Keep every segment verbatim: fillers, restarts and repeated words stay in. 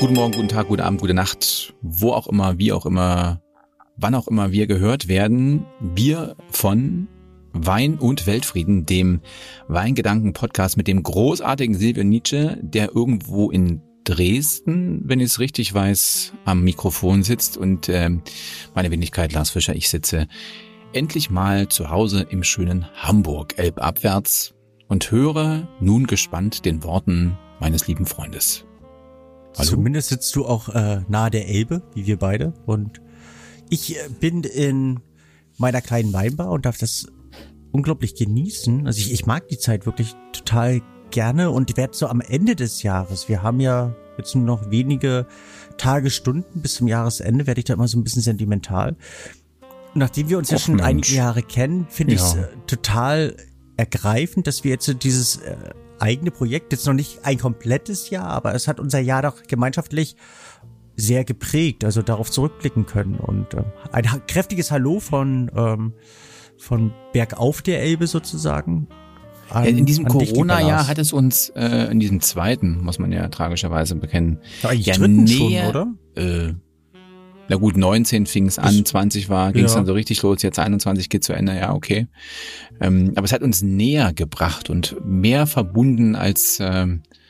Guten Morgen, guten Tag, guten Abend, gute Nacht, wo auch immer, wie auch immer, wann auch immer wir gehört werden. Wir von Wein und Weltfrieden, dem Weingedanken-Podcast mit dem großartigen Silvio Nitzsche, der irgendwo in Dresden, wenn ich es richtig weiß, am Mikrofon sitzt und äh, meine Wenigkeit Lars Fischer, ich sitze endlich mal zu Hause im schönen Hamburg, elbabwärts und höre nun gespannt den Worten meines lieben Freundes. Hallo? Zumindest sitzt du auch äh, nahe der Elbe, wie wir beide. Und ich äh, bin in meiner kleinen Weinbar und darf das unglaublich genießen. Also ich, ich mag die Zeit wirklich total gerne und werde so am Ende des Jahres, wir haben ja jetzt nur noch wenige Tage, Stunden bis zum Jahresende, werde ich da immer so ein bisschen sentimental. Und nachdem wir uns Och, ja schon Mensch. einige Jahre kennen, finde ja. ich es äh, total ergreifend, dass wir jetzt so dieses äh, eigene Projekt, jetzt noch nicht ein komplettes Jahr, aber es hat unser Jahr doch gemeinschaftlich sehr geprägt, also darauf zurückblicken können. Und äh, ein kräftiges Hallo von ähm, von Bergauf der Elbe sozusagen. An, ja, in diesem Corona-Jahr hat es uns, äh, in diesem zweiten, muss man ja tragischerweise bekennen, ja, ja dritten näher, schon, oder? Äh, na gut, neunzehn fing es an, zwanzig war, ging es ja. dann so richtig los, jetzt einundzwanzig geht zu Ende, ja, okay. Ähm, aber es hat uns näher gebracht und mehr verbunden, als äh,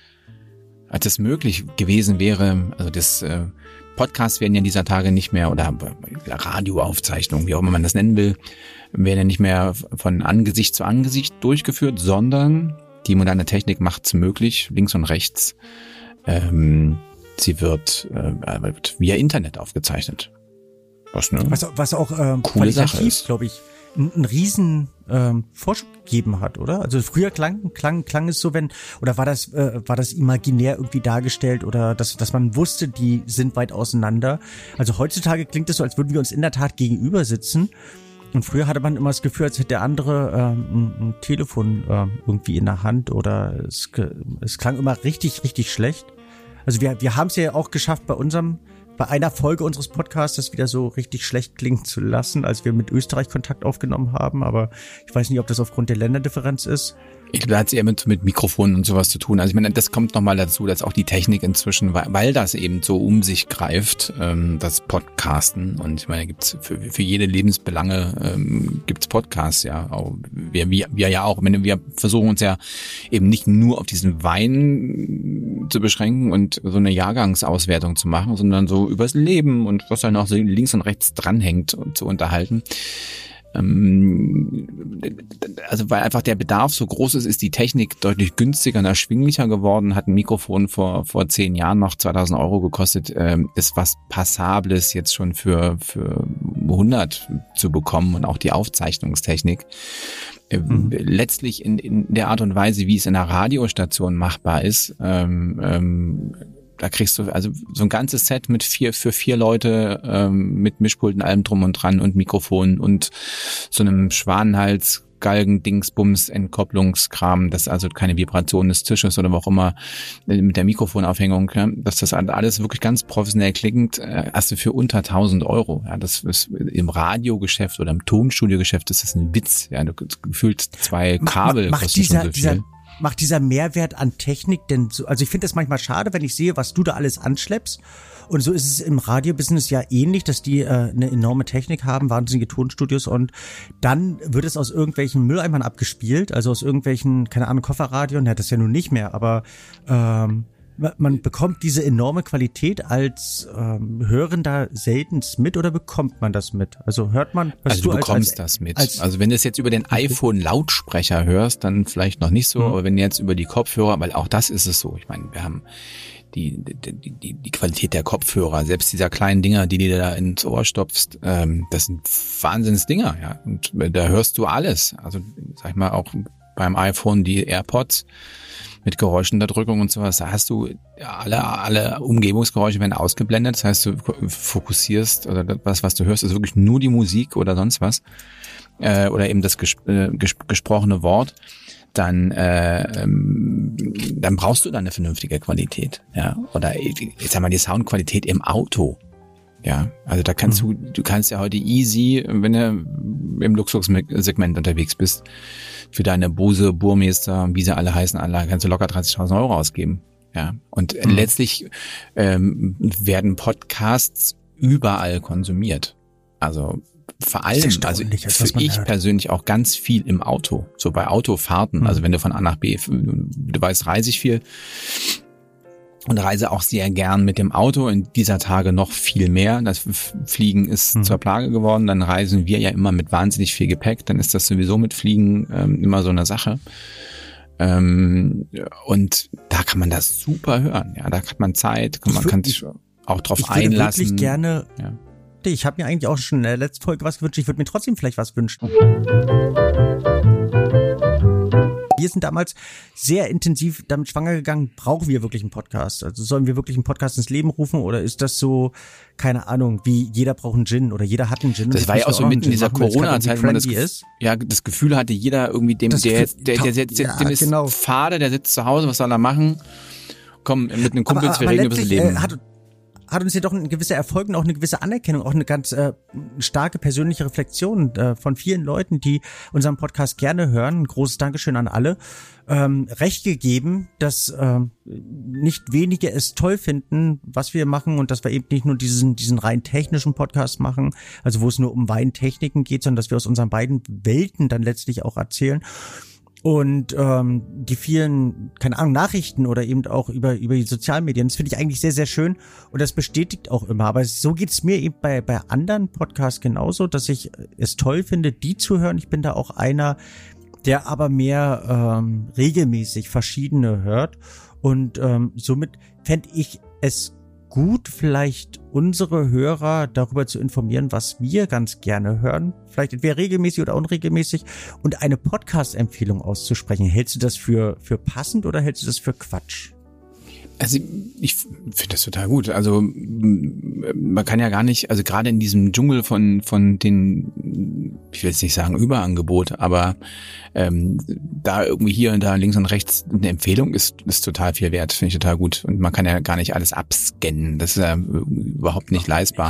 als es möglich gewesen wäre. Also das äh, Podcasts werden ja in dieser Tage nicht mehr, oder Radioaufzeichnungen, wie auch immer man das nennen will, werden ja nicht mehr von Angesicht zu Angesicht durchgeführt, sondern die moderne Technik macht es möglich, links und rechts. Ähm, sie wird, äh, wird via Internet aufgezeichnet. Was, ne? was, was auch ähm, coole Sache ist, glaube ich, einen riesen ähm, Vorschub gegeben hat, oder? Also früher klang klang klang es so, wenn oder war das äh, war das imaginär irgendwie dargestellt oder dass dass man wusste, die sind weit auseinander. Also heutzutage klingt es so, als würden wir uns in der Tat gegenüber sitzen. Und früher hatte man immer das Gefühl, als hätte der andere ähm, ein, ein Telefon äh, irgendwie in der Hand oder es es klang immer richtig richtig schlecht. Also wir wir haben es ja auch geschafft bei unserem bei einer Folge unseres Podcasts das wieder so richtig schlecht klingen zu lassen, als wir mit Österreich Kontakt aufgenommen haben. Aber ich weiß nicht, ob das aufgrund der Länderdifferenz ist. Ich glaube, da hat es eher mit, mit Mikrofonen und sowas zu tun. Also ich meine, das kommt nochmal dazu, dass auch die Technik inzwischen, weil, weil das eben so um sich greift, ähm, das Podcasten. Und ich meine, gibt's für, für jede Lebensbelange ähm, gibt's Podcasts, ja. Auch wir, wir, wir ja auch. Ich meine, wir versuchen uns ja eben nicht nur auf diesen Wein zu beschränken und so eine Jahrgangsauswertung zu machen, sondern so übers Leben und was da noch so links und rechts dranhängt und zu unterhalten. Also weil einfach der Bedarf so groß ist, ist die Technik deutlich günstiger und erschwinglicher geworden. Hat ein Mikrofon vor vor zehn Jahren noch zweitausend Euro gekostet, ist was Passables jetzt schon für für hundert zu bekommen und auch die Aufzeichnungstechnik. Mhm. Letztlich in in der Art und Weise, wie es in einer Radiostation machbar ist, ähm, ähm, da kriegst du also so ein ganzes Set mit vier für vier Leute ähm, mit Mischpulten, allem drum und dran und Mikrofon und so einem Schwanenhals, Galgen, Dingsbums, Entkopplungskram, das also keine Vibration des Tisches oder wo auch immer mit der Mikrofonaufhängung, ja, dass das alles wirklich ganz professionell klingt, äh, hast du für unter tausend Euro. Ja, das ist im Radiogeschäft oder im Tonstudiogeschäft ist das ein Witz. Ja, du gefühlt zwei Kabel macht kosten dieser, schon so viel. Dieser Macht dieser Mehrwert an Technik denn so, also ich finde das manchmal schade, wenn ich sehe, was du da alles anschleppst. Und so ist es im Radiobusiness ja ähnlich, dass die äh, eine enorme Technik haben, wahnsinnige Tonstudios und dann wird es aus irgendwelchen Mülleimern abgespielt, also aus irgendwelchen, keine Ahnung, Kofferradien, ja, das ja nun nicht mehr, aber ähm, man bekommt diese enorme Qualität als ähm, Hörender seltenst mit oder bekommt man das mit? Also hört man, also du, du bekommst als, als, das mit. Als, also wenn du es jetzt über den iPhone-Lautsprecher hörst, dann vielleicht noch nicht so, mhm. aber wenn du jetzt über die Kopfhörer, weil auch das ist es so. Ich meine, wir haben die die die, die Qualität der Kopfhörer, selbst dieser kleinen Dinger, die du dir da ins Ohr stopfst, ähm, das sind Wahnsinnsdinger, ja. Und da hörst du alles. Also sag ich mal auch beim iPhone die AirPods mit Geräuschunterdrückung und sowas, da hast du ja, alle alle Umgebungsgeräusche werden ausgeblendet, das heißt, du fokussierst oder das, was du hörst, ist wirklich nur die Musik oder sonst was äh, oder eben das ges- äh, ges- gesprochene Wort. Dann äh, ähm, dann brauchst du dann eine vernünftige Qualität, ja, oder ich sag mal die Soundqualität im Auto. Ja, also da kannst mhm. du, du kannst ja heute easy, wenn du im Luxussegment unterwegs bist, für deine Bose, Burmester, wie sie alle heißen, alle kannst du locker dreißigtausend Euro ausgeben. Ja, und mhm. letztlich ähm, werden Podcasts überall konsumiert. Also vor allem, also für ich hört. persönlich auch ganz viel im Auto, so bei Autofahrten. Mhm. Also wenn du von A nach B, du weißt, reise ich viel und reise auch sehr gern mit dem Auto. In dieser Tage noch viel mehr. Das Fliegen ist mhm. zur Plage geworden. Dann reisen wir ja immer mit wahnsinnig viel Gepäck. Dann ist das sowieso mit Fliegen ähm, immer so eine Sache. Ähm, und da kann man das super hören. Ja, da hat man Zeit, man kann sich auch drauf ich einlassen. Ich würde wirklich gerne, ja. ich habe mir eigentlich auch schon in der letzten Folge was gewünscht, ich würde mir trotzdem vielleicht was wünschen. Wir sind damals sehr intensiv damit schwanger gegangen, brauchen wir wirklich einen Podcast? Also sollen wir wirklich einen Podcast ins Leben rufen oder ist das so, keine Ahnung, wie jeder braucht einen Gin oder jeder hat einen Gin? Das war ja auch so mitten in dieser Corona-Zeit, wo man das, ist. Ja, das Gefühl hatte, jeder irgendwie dem, das der, jetzt, der, der, der, der, ja, dem ist genau. Fade, der sitzt zu Hause, was soll er machen? Komm, mit einem Kumpel, wir reden über das Leben. Äh, hat, hat uns ja doch ein gewisser Erfolg und auch eine gewisse Anerkennung, auch eine ganz äh, starke persönliche Reflexion äh, von vielen Leuten, die unseren Podcast gerne hören. Ein großes Dankeschön an alle. Ähm, recht gegeben, dass äh, nicht wenige es toll finden, was wir machen und dass wir eben nicht nur diesen diesen rein technischen Podcast machen, also wo es nur um Weintechniken geht, sondern dass wir aus unseren beiden Welten dann letztlich auch erzählen. Und ähm, die vielen, keine Ahnung, Nachrichten oder eben auch über über die Sozialmedien, das finde ich eigentlich sehr, sehr schön und das bestätigt auch immer. Aber so geht's mir eben bei bei anderen Podcasts genauso, dass ich es toll finde, die zu hören. Ich bin da auch einer, der aber mehr ähm, regelmäßig verschiedene hört. Und ähm, somit fände ich es gut, vielleicht unsere Hörer darüber zu informieren, was wir ganz gerne hören, vielleicht entweder regelmäßig oder unregelmäßig, und eine Podcast-Empfehlung auszusprechen. Hältst du das für für passend oder hältst du das für Quatsch? Also ich finde das total gut. Also man kann ja gar nicht, also gerade in diesem Dschungel von von den, ich will jetzt nicht sagen Überangebot, aber ähm, da irgendwie hier und da links und rechts eine Empfehlung ist ist total viel wert, finde ich total gut. Und man kann ja gar nicht alles abscannen, das ist ja überhaupt nicht leistbar.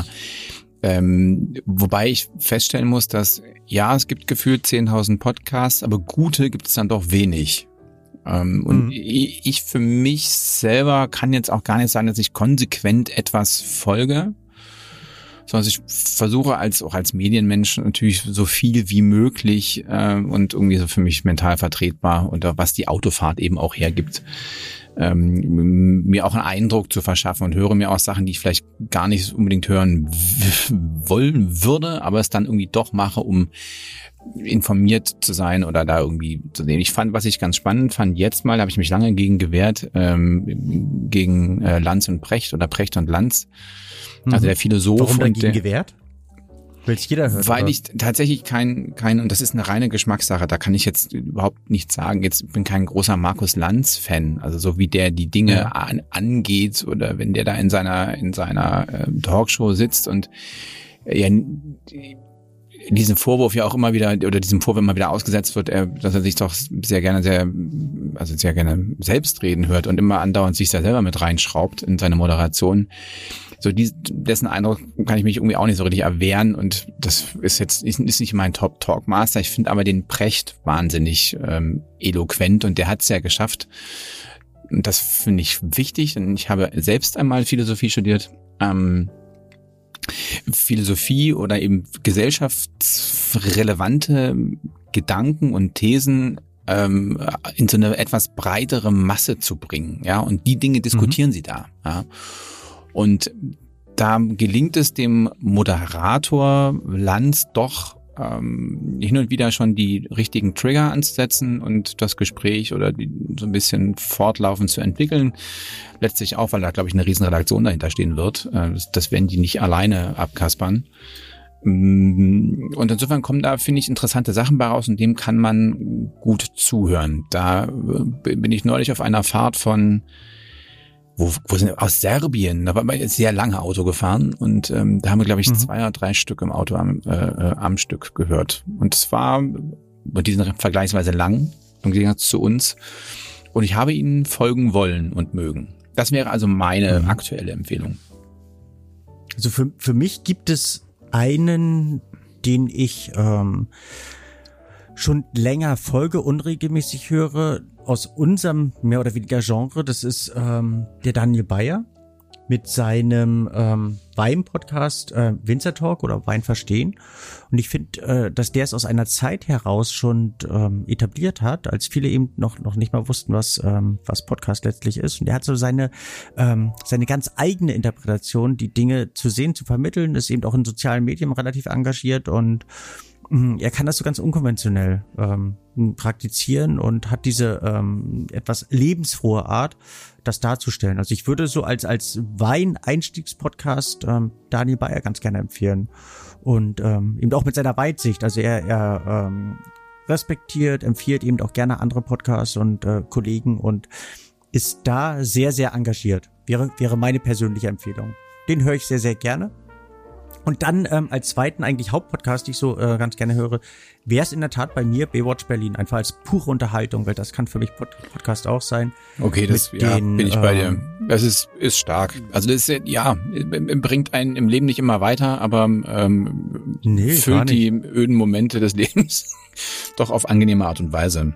Ähm, wobei ich feststellen muss, dass ja, es gibt gefühlt zehntausend Podcasts, aber gute gibt es dann doch wenig. Ähm, mhm. Und ich, ich für mich selber kann jetzt auch gar nicht sagen, dass ich konsequent etwas folge, sondern ich versuche als auch als Medienmensch natürlich so viel wie möglich äh, und irgendwie so für mich mental vertretbar und was die Autofahrt eben auch hergibt, ähm, mir auch einen Eindruck zu verschaffen und höre mir auch Sachen, die ich vielleicht gar nicht unbedingt hören w- wollen würde, aber es dann irgendwie doch mache, um informiert zu sein oder da irgendwie zu sehen. Ich fand, was ich ganz spannend fand, jetzt mal, da habe ich mich lange gegen gewehrt, ähm, gegen äh, Lanz und Precht oder Precht und Lanz. Also der Philosoph. Warum dagegen und der, gewehrt? Weil es jeder hört. Weil oder? ich tatsächlich kein, kein, und das ist eine reine Geschmackssache, da kann ich jetzt überhaupt nichts sagen. Jetzt bin kein großer Markus Lanz-Fan, also so wie der die Dinge ja. an, angeht oder wenn der da in seiner, in seiner äh, Talkshow sitzt und äh, ja, diesen Vorwurf ja auch immer wieder, oder diesem Vorwurf immer wieder ausgesetzt wird, er, dass er sich doch sehr gerne sehr, also sehr gerne selbst reden hört und immer andauernd sich da selber mit reinschraubt in seine Moderation. So die, dessen Eindruck kann ich mich irgendwie auch nicht so richtig erwehren und das ist jetzt ist, ist nicht mein Top-Talk-Master. Ich finde aber den Precht wahnsinnig ähm, eloquent und der hat es ja geschafft. Und das finde ich wichtig, denn ich habe selbst einmal Philosophie studiert. Ähm, Philosophie oder eben gesellschaftsrelevante Gedanken und Thesen ähm, in so eine etwas breitere Masse zu bringen, ja, und die Dinge diskutieren mhm. sie da, ja. Und da gelingt es dem Moderator Lanz doch ähm, hin und wieder schon die richtigen Trigger anzusetzen und das Gespräch oder die, so ein bisschen fortlaufend zu entwickeln. Letztlich auch, weil da, glaube ich, eine riesen Redaktion dahinter stehen wird. Äh, das, das werden die nicht alleine abkaspern. Und insofern kommen da, finde ich, interessante Sachen bei raus und dem kann man gut zuhören. Da bin ich neulich auf einer Fahrt von Wo, wo sind wir? Aus Serbien, da war wir sehr lange Auto gefahren und ähm, da haben wir, glaube ich, mhm. zwei oder drei Stück im Auto am, äh, am Stück gehört. Und es war, und die sind vergleichsweise lang im Gegensatz zu uns. Und ich habe ihnen folgen wollen und mögen. Das wäre also meine mhm. aktuelle Empfehlung. Also für für mich gibt es einen, den ich ähm, schon länger Folge unregelmäßig höre, aus unserem mehr oder weniger Genre, das ist ähm, der Daniel Bayer mit seinem ähm, Wein-Podcast äh, Winzer Talk oder Wein verstehen. Und ich finde, äh, dass der es aus einer Zeit heraus schon ähm, etabliert hat, als viele eben noch noch nicht mal wussten, was ähm, was Podcast letztlich ist. Und er hat so seine ähm, seine ganz eigene Interpretation, die Dinge zu sehen, zu vermitteln, ist eben auch in sozialen Medien relativ engagiert und mh, er kann das so ganz unkonventionell ähm, praktizieren und hat diese ähm, etwas lebensfrohe Art, das darzustellen. Also ich würde so als als Wein-Einstiegspodcast ähm, Daniel Bayer ganz gerne empfehlen und ähm, eben auch mit seiner Weitsicht. Also er er ähm, respektiert, empfiehlt eben auch gerne andere Podcasts und äh, Kollegen und ist da sehr sehr engagiert. Wäre wäre meine persönliche Empfehlung. Den höre ich sehr sehr gerne. Und dann ähm, als zweiten eigentlich Hauptpodcast, die ich so äh, ganz gerne höre, wäre es in der Tat bei mir Baywatch Berlin, einfach als pure Unterhaltung, weil das kann für mich Pod- Podcast auch sein. Okay, das ja, den, bin ich bei ähm, dir. Das ist ist stark. Also das ist ja bringt einen im Leben nicht immer weiter, aber ähm, nee, füllt die öden Momente des Lebens doch auf angenehme Art und Weise.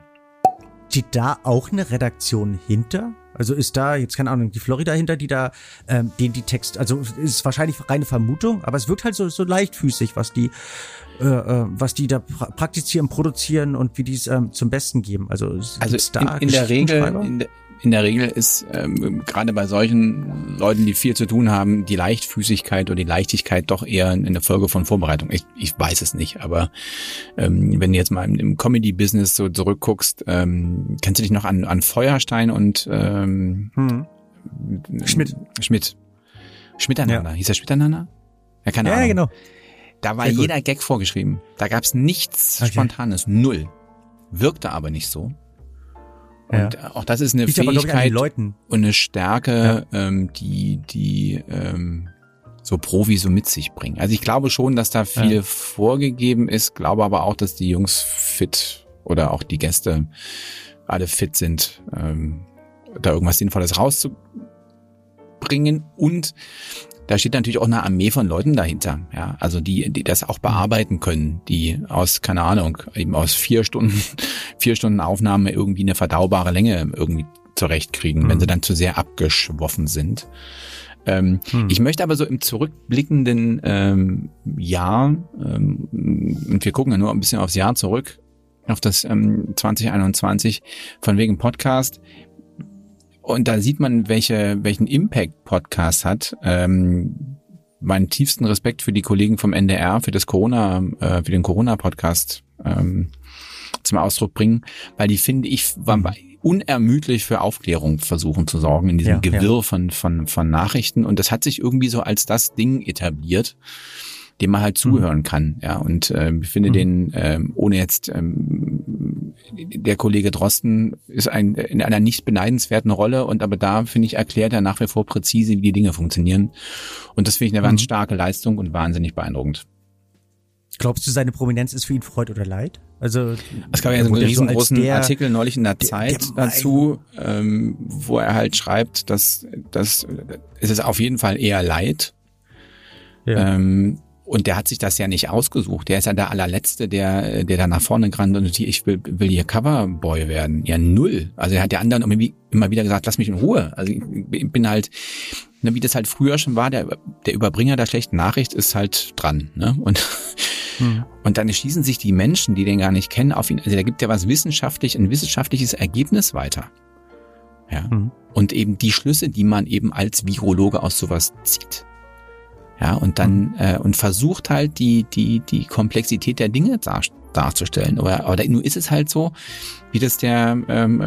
Steht da auch eine Redaktion hinter? Also ist da jetzt, keine Ahnung, die Florida hinter, die da ähm, den die Text, also ist wahrscheinlich reine Vermutung, aber es wirkt halt so so leichtfüßig, was die äh, äh, was die da pra- praktizieren, produzieren und wie die es ähm, zum Besten geben. Also, Also da in, in der Regel in der, in der Regel ist ähm, gerade bei solchen Leuten, die viel zu tun haben, die Leichtfüßigkeit oder die Leichtigkeit doch eher eine Folge von Vorbereitung. Ich, ich weiß es nicht, aber ähm, wenn du jetzt mal im, im Comedy-Business so zurückguckst, ähm, kennst du dich noch an, an Feuerstein und ähm, hm. Schmidt. Schmidt. Schmiteinander. Ja. Hieß er Schmiteinander? Ja, keine ja, Ahnung. Ja, genau. Da war Sehr jeder gut. Gag vorgeschrieben. Da gab's nichts okay. Spontanes. Null. Wirkte aber nicht so. Und ja. auch das ist eine Liegt aber, glaub ich, an Fähigkeit den Leuten. und eine Stärke, Ja. ähm, die die ähm, so Profis so mit sich bringen. Also ich glaube schon, dass da viel Ja. vorgegeben ist, glaube aber auch, dass die Jungs fit oder auch die Gäste alle fit sind, ähm, da irgendwas Sinnvolles rauszubringen. Und da steht natürlich auch eine Armee von Leuten dahinter, ja, also die, die das auch bearbeiten können, die aus, keine Ahnung, eben aus vier Stunden, vier Stunden Aufnahme irgendwie eine verdaubare Länge irgendwie zurechtkriegen, mhm. wenn sie dann zu sehr abgeschwoffen sind. Ähm, hm. Ich möchte aber so im zurückblickenden ähm, Jahr, ähm, und wir gucken ja nur ein bisschen aufs Jahr zurück, auf das ähm, zwanzig einundzwanzig, von wegen Podcast. Und da sieht man, welche, welchen Impact Podcast hat. Ähm, meinen tiefsten Respekt für die Kollegen vom N D R, für das Corona, äh, für den Corona-Podcast ähm, zum Ausdruck bringen, weil die, finde ich, waren unermüdlich für Aufklärung versuchen zu sorgen in diesem ja, Gewirr ja. von, von, von Nachrichten. Und das hat sich irgendwie so als das Ding etabliert, dem man halt zuhören mhm. kann. Ja, und äh, ich finde mhm. den, ähm, ohne jetzt, ähm, der Kollege Drosten ist ein in einer nicht beneidenswerten Rolle und aber da, finde ich, erklärt er nach wie vor präzise, wie die Dinge funktionieren. Und das finde ich eine mhm. ganz starke Leistung und wahnsinnig beeindruckend. Glaubst du, seine Prominenz ist für ihn Freude oder Leid? Also es gab ja so einen riesengroßen so der, Artikel neulich in der, der Zeit der dazu, ähm, wo er halt schreibt, dass, dass es ist auf jeden Fall eher Leid. Ja. Ähm, und der hat sich das ja nicht ausgesucht. Der ist ja der allerletzte, der der da nach vorne gerannt und ich will, will hier Coverboy werden. Ja, null. Also er hat der anderen irgendwie immer wieder gesagt, lass mich in Ruhe. Also ich bin halt, ne, wie das halt früher schon war, der, der Überbringer der schlechten Nachricht ist halt dran. Ne? Und hm. Und dann schießen sich die Menschen, die den gar nicht kennen, auf ihn. Also da gibt ja was wissenschaftlich, ein wissenschaftliches Ergebnis weiter. Ja. Hm. Und eben die Schlüsse, die man eben als Virologe aus sowas zieht. Ja, und dann, hm. äh, und versucht halt die, die, die Komplexität der Dinge dar, darzustellen. Oder, oder nur ist es halt so, wie das der, ähm,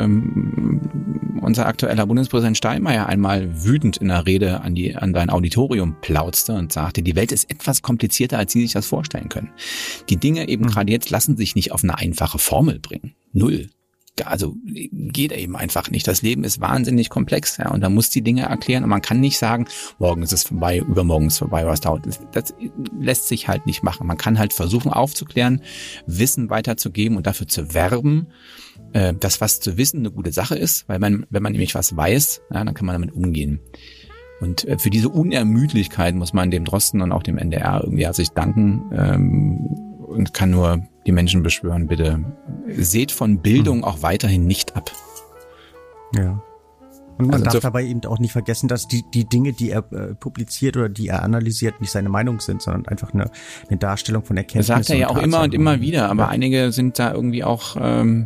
ähm, unser aktueller Bundespräsident Steinmeier einmal wütend in der Rede an die, an sein Auditorium plauzte und sagte, die Welt ist etwas komplizierter, als Sie sich das vorstellen können. Die Dinge eben hm. gerade jetzt lassen sich nicht auf eine einfache Formel bringen. Null. Also geht eben einfach nicht. Das Leben ist wahnsinnig komplex, ja, und da muss die Dinge erklären und man kann nicht sagen, morgen ist es vorbei, übermorgen ist es vorbei, was dauert. Das, das lässt sich halt nicht machen. Man kann halt versuchen aufzuklären, Wissen weiterzugeben und dafür zu werben, äh, dass was zu wissen eine gute Sache ist, weil man, wenn man nämlich was weiß, ja, dann kann man damit umgehen. Und äh, für diese Unermüdlichkeit muss man dem Drosten und auch dem N D R irgendwie herzlich danken. Ähm, und kann nur die Menschen beschwören, bitte seht von Bildung hm. auch weiterhin nicht ab. Ja. Und man Also darf so- dabei eben auch nicht vergessen, dass die, die Dinge, die er äh, publiziert oder die er analysiert, nicht seine Meinung sind, sondern einfach eine, eine Darstellung von Das Erkenntnissen. sagt er ja auch immer und immer wieder, aber Ja. einige sind da irgendwie auch ähm,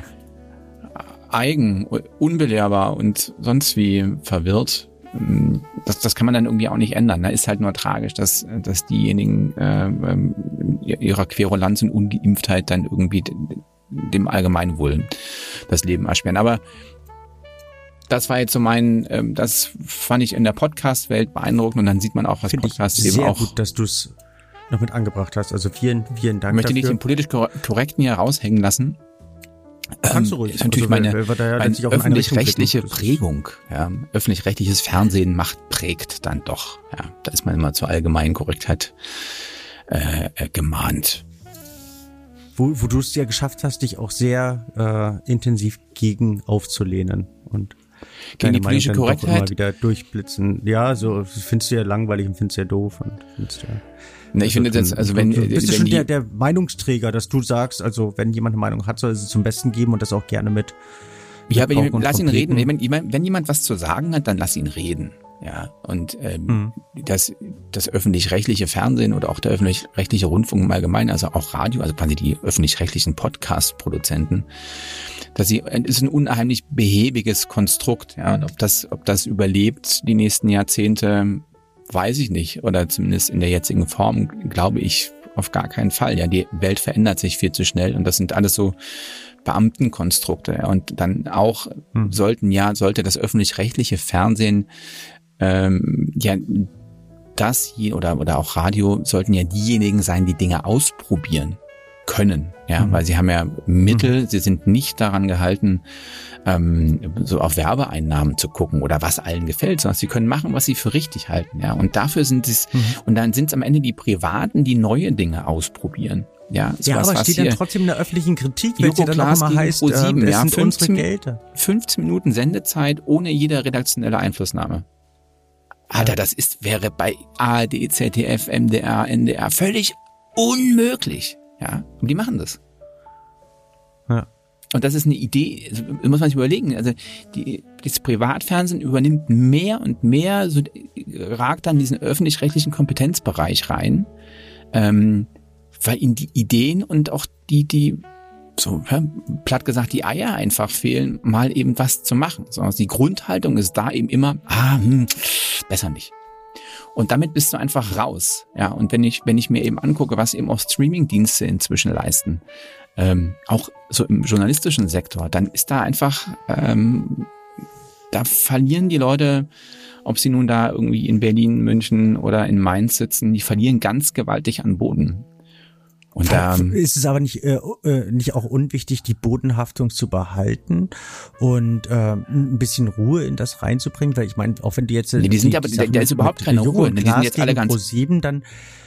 eigen, unbelehrbar und sonst wie verwirrt. Das, das kann man dann irgendwie auch nicht ändern. Da ist halt nur tragisch, dass, dass diejenigen äh, ähm, ihrer Querulanz und Ungeimpftheit dann irgendwie dem Allgemeinwohl das Leben erschweren. Aber das war jetzt so mein, ähm, das fand ich in der Podcast-Welt beeindruckend und dann sieht man auch, was Finde Podcasts ich eben sehr auch. gut, dass du es noch mit angebracht hast. Also vielen, vielen Dank Ich möchte nicht dafür. den politisch kor- korrekten hier raushängen lassen. Kannst du Ähm, ruhig. ist natürlich Also, meine, weil- weil da ja meine letztlich auch in eine Richtung öffentlich-rechtliche geht. Das ist- Prägung. Ja, öffentlich-rechtliches Fernsehen macht, prägt dann doch. Ja, da ist man immer zur allgemeinen Korrektheit äh, äh, gemahnt. Wo, wo du es ja geschafft hast, dich auch sehr äh, intensiv gegen aufzulehnen und Gegen deine die Meinung politische dann doch Korrektheit? immer wieder durchblitzen. Ja, so findest du ja langweilig und findest ja doof und findest ja. Ne, ich finde das, also wenn, du, du bist ja wenn schon die, der, der Meinungsträger, dass du sagst, also wenn jemand eine Meinung hat, soll er sie zum Besten geben und das auch gerne mit. ja, mit wenn, Pauken und lass ihn Trompeten. reden. Wenn, wenn, wenn jemand was zu sagen hat, dann lass ihn reden. Ja, und ähm, Mhm. das, das öffentlich-rechtliche Fernsehen oder auch der öffentlich-rechtliche Rundfunk im Allgemeinen, also auch Radio, also quasi die öffentlich-rechtlichen Podcast-Produzenten, dass sie, es ist ein unheimlich behäbiges Konstrukt. Ja, und ob das, ob das überlebt die nächsten Jahrzehnte, weiß ich nicht. Oder zumindest in der jetzigen Form glaube ich auf gar keinen Fall. Ja, die Welt verändert sich viel zu schnell und das sind alles so Beamtenkonstrukte. Ja, und dann auch Hm. sollten ja, sollte das öffentlich-rechtliche Fernsehen ähm, ja das je, oder oder auch Radio sollten ja diejenigen sein, die Dinge ausprobieren können, ja, Mhm. weil sie haben ja Mittel, sie sind nicht daran gehalten, ähm, so auf Werbeeinnahmen zu gucken oder was allen gefällt, sondern sie können machen, was sie für richtig halten, ja, und dafür sind es, Mhm. und dann sind es am Ende die Privaten, die neue Dinge ausprobieren, ja. Ja, sowas, aber was steht hier dann trotzdem in der öffentlichen Kritik, wenn Joko sie dann auch Klaas immer gegen heißt, ProSieben, äh, ja, das sind unsere fünfzehn Gelder. fünfzehn Minuten Sendezeit ohne jede redaktionelle Einflussnahme. Alter, das ist, wäre bei A R D, Z D F, M D R, N D R völlig unmöglich. Ja, und die machen das. Ja. Und das ist eine Idee, also, muss man sich überlegen. Also die, das Privatfernsehen übernimmt mehr und mehr, so ragt dann diesen öffentlich-rechtlichen Kompetenzbereich rein, ähm, weil ihnen die Ideen und auch die, die so ja, platt gesagt, die Eier einfach fehlen, mal eben was zu machen. Sondern die Grundhaltung ist da eben immer, ah, hm, besser nicht. Und damit bist du einfach raus. Ja, und wenn ich, wenn ich mir eben angucke, was eben auch Streaming-Dienste inzwischen leisten, ähm, auch so im journalistischen Sektor, dann ist da einfach, ähm, da verlieren die Leute, ob sie nun da irgendwie in Berlin, München oder in Mainz sitzen, die verlieren ganz gewaltig an Boden. Und da ist es aber nicht äh, äh, nicht auch unwichtig, die Bodenhaftung zu behalten und äh, ein bisschen Ruhe in das reinzubringen, weil ich meine, auch wenn die jetzt Nee, die sind ja, aber- da- da ist überhaupt keine Ruhe, ne? Die sind jetzt alle ganz- ProSieben, dann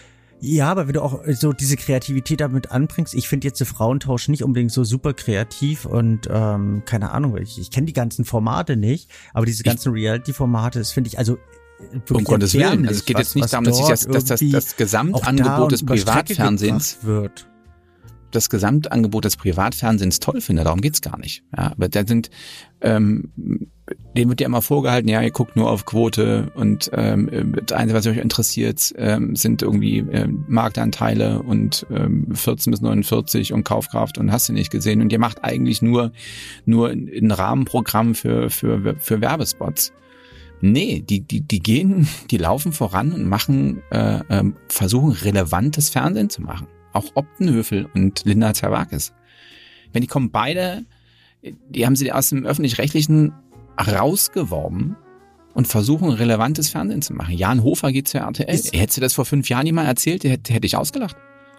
ja, aber wenn du auch so diese Kreativität damit anbringst, ich finde jetzt der Frauentausch nicht unbedingt so super kreativ und ähm, keine Ahnung, ich, ich kenne die ganzen Formate nicht, aber diese ganzen Reality-Formate, das finde ich also um Gottes Willen. Also es geht was, jetzt nicht was darum, dass ich das, dort das, das, irgendwie das auch Gesamtangebot da des und über Strecke Privatfernsehens, gebracht wird. das Gesamtangebot des Privatfernsehens toll finde. Darum geht's gar nicht. Ja, aber da sind, ähm, denen wird ja immer vorgehalten, ja, ihr guckt nur auf Quote und ähm, das Einzige, was euch interessiert, ähm, sind irgendwie ähm, Marktanteile und ähm, vierzehn bis neunundvierzig und Kaufkraft und hast du nicht gesehen. Und ihr macht eigentlich nur nur ein Rahmenprogramm für für für Werbespots. Nee, die, die, die gehen, die laufen voran und machen, äh, äh, versuchen relevantes Fernsehen zu machen. Auch Optenhöfel und Linda Zerwakis. Wenn die kommen beide, die haben sie aus dem Öffentlich-Rechtlichen rausgeworben und versuchen relevantes Fernsehen zu machen. Jan Hofer geht zur R T L. Ist- Hättest du das vor fünf Jahren jemand erzählt, hätte, hätte ich ausgelacht.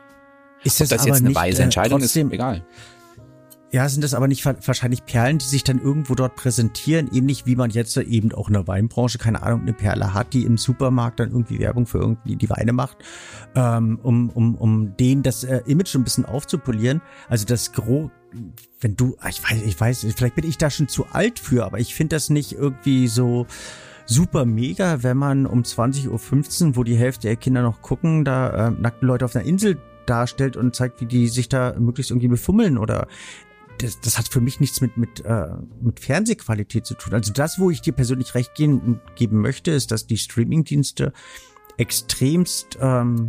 Ist Ob das aber jetzt eine nicht, weise äh, Entscheidung trotzdem, ist, egal. Ja, sind das aber nicht wa- wahrscheinlich Perlen, die sich dann irgendwo dort präsentieren, ähnlich wie man jetzt eben auch in der Weinbranche, keine Ahnung, eine Perle hat, die im Supermarkt dann irgendwie Werbung für irgendwie die Weine macht, ähm, um, um, um denen das äh, Image ein bisschen aufzupolieren. Also das Gros, wenn du, ich weiß, ich weiß, vielleicht bin ich da schon zu alt für, aber ich finde das nicht irgendwie so super mega, wenn man um zwanzig Uhr fünfzehn, wo die Hälfte der Kinder noch gucken, da äh, nackte Leute auf einer Insel darstellt und zeigt, wie die sich da möglichst irgendwie befummeln oder das, das hat für mich nichts mit mit äh, mit Fernsehqualität zu tun. Also das, wo ich dir persönlich recht geben, geben möchte, ist, dass die Streamingdienste extremst ähm,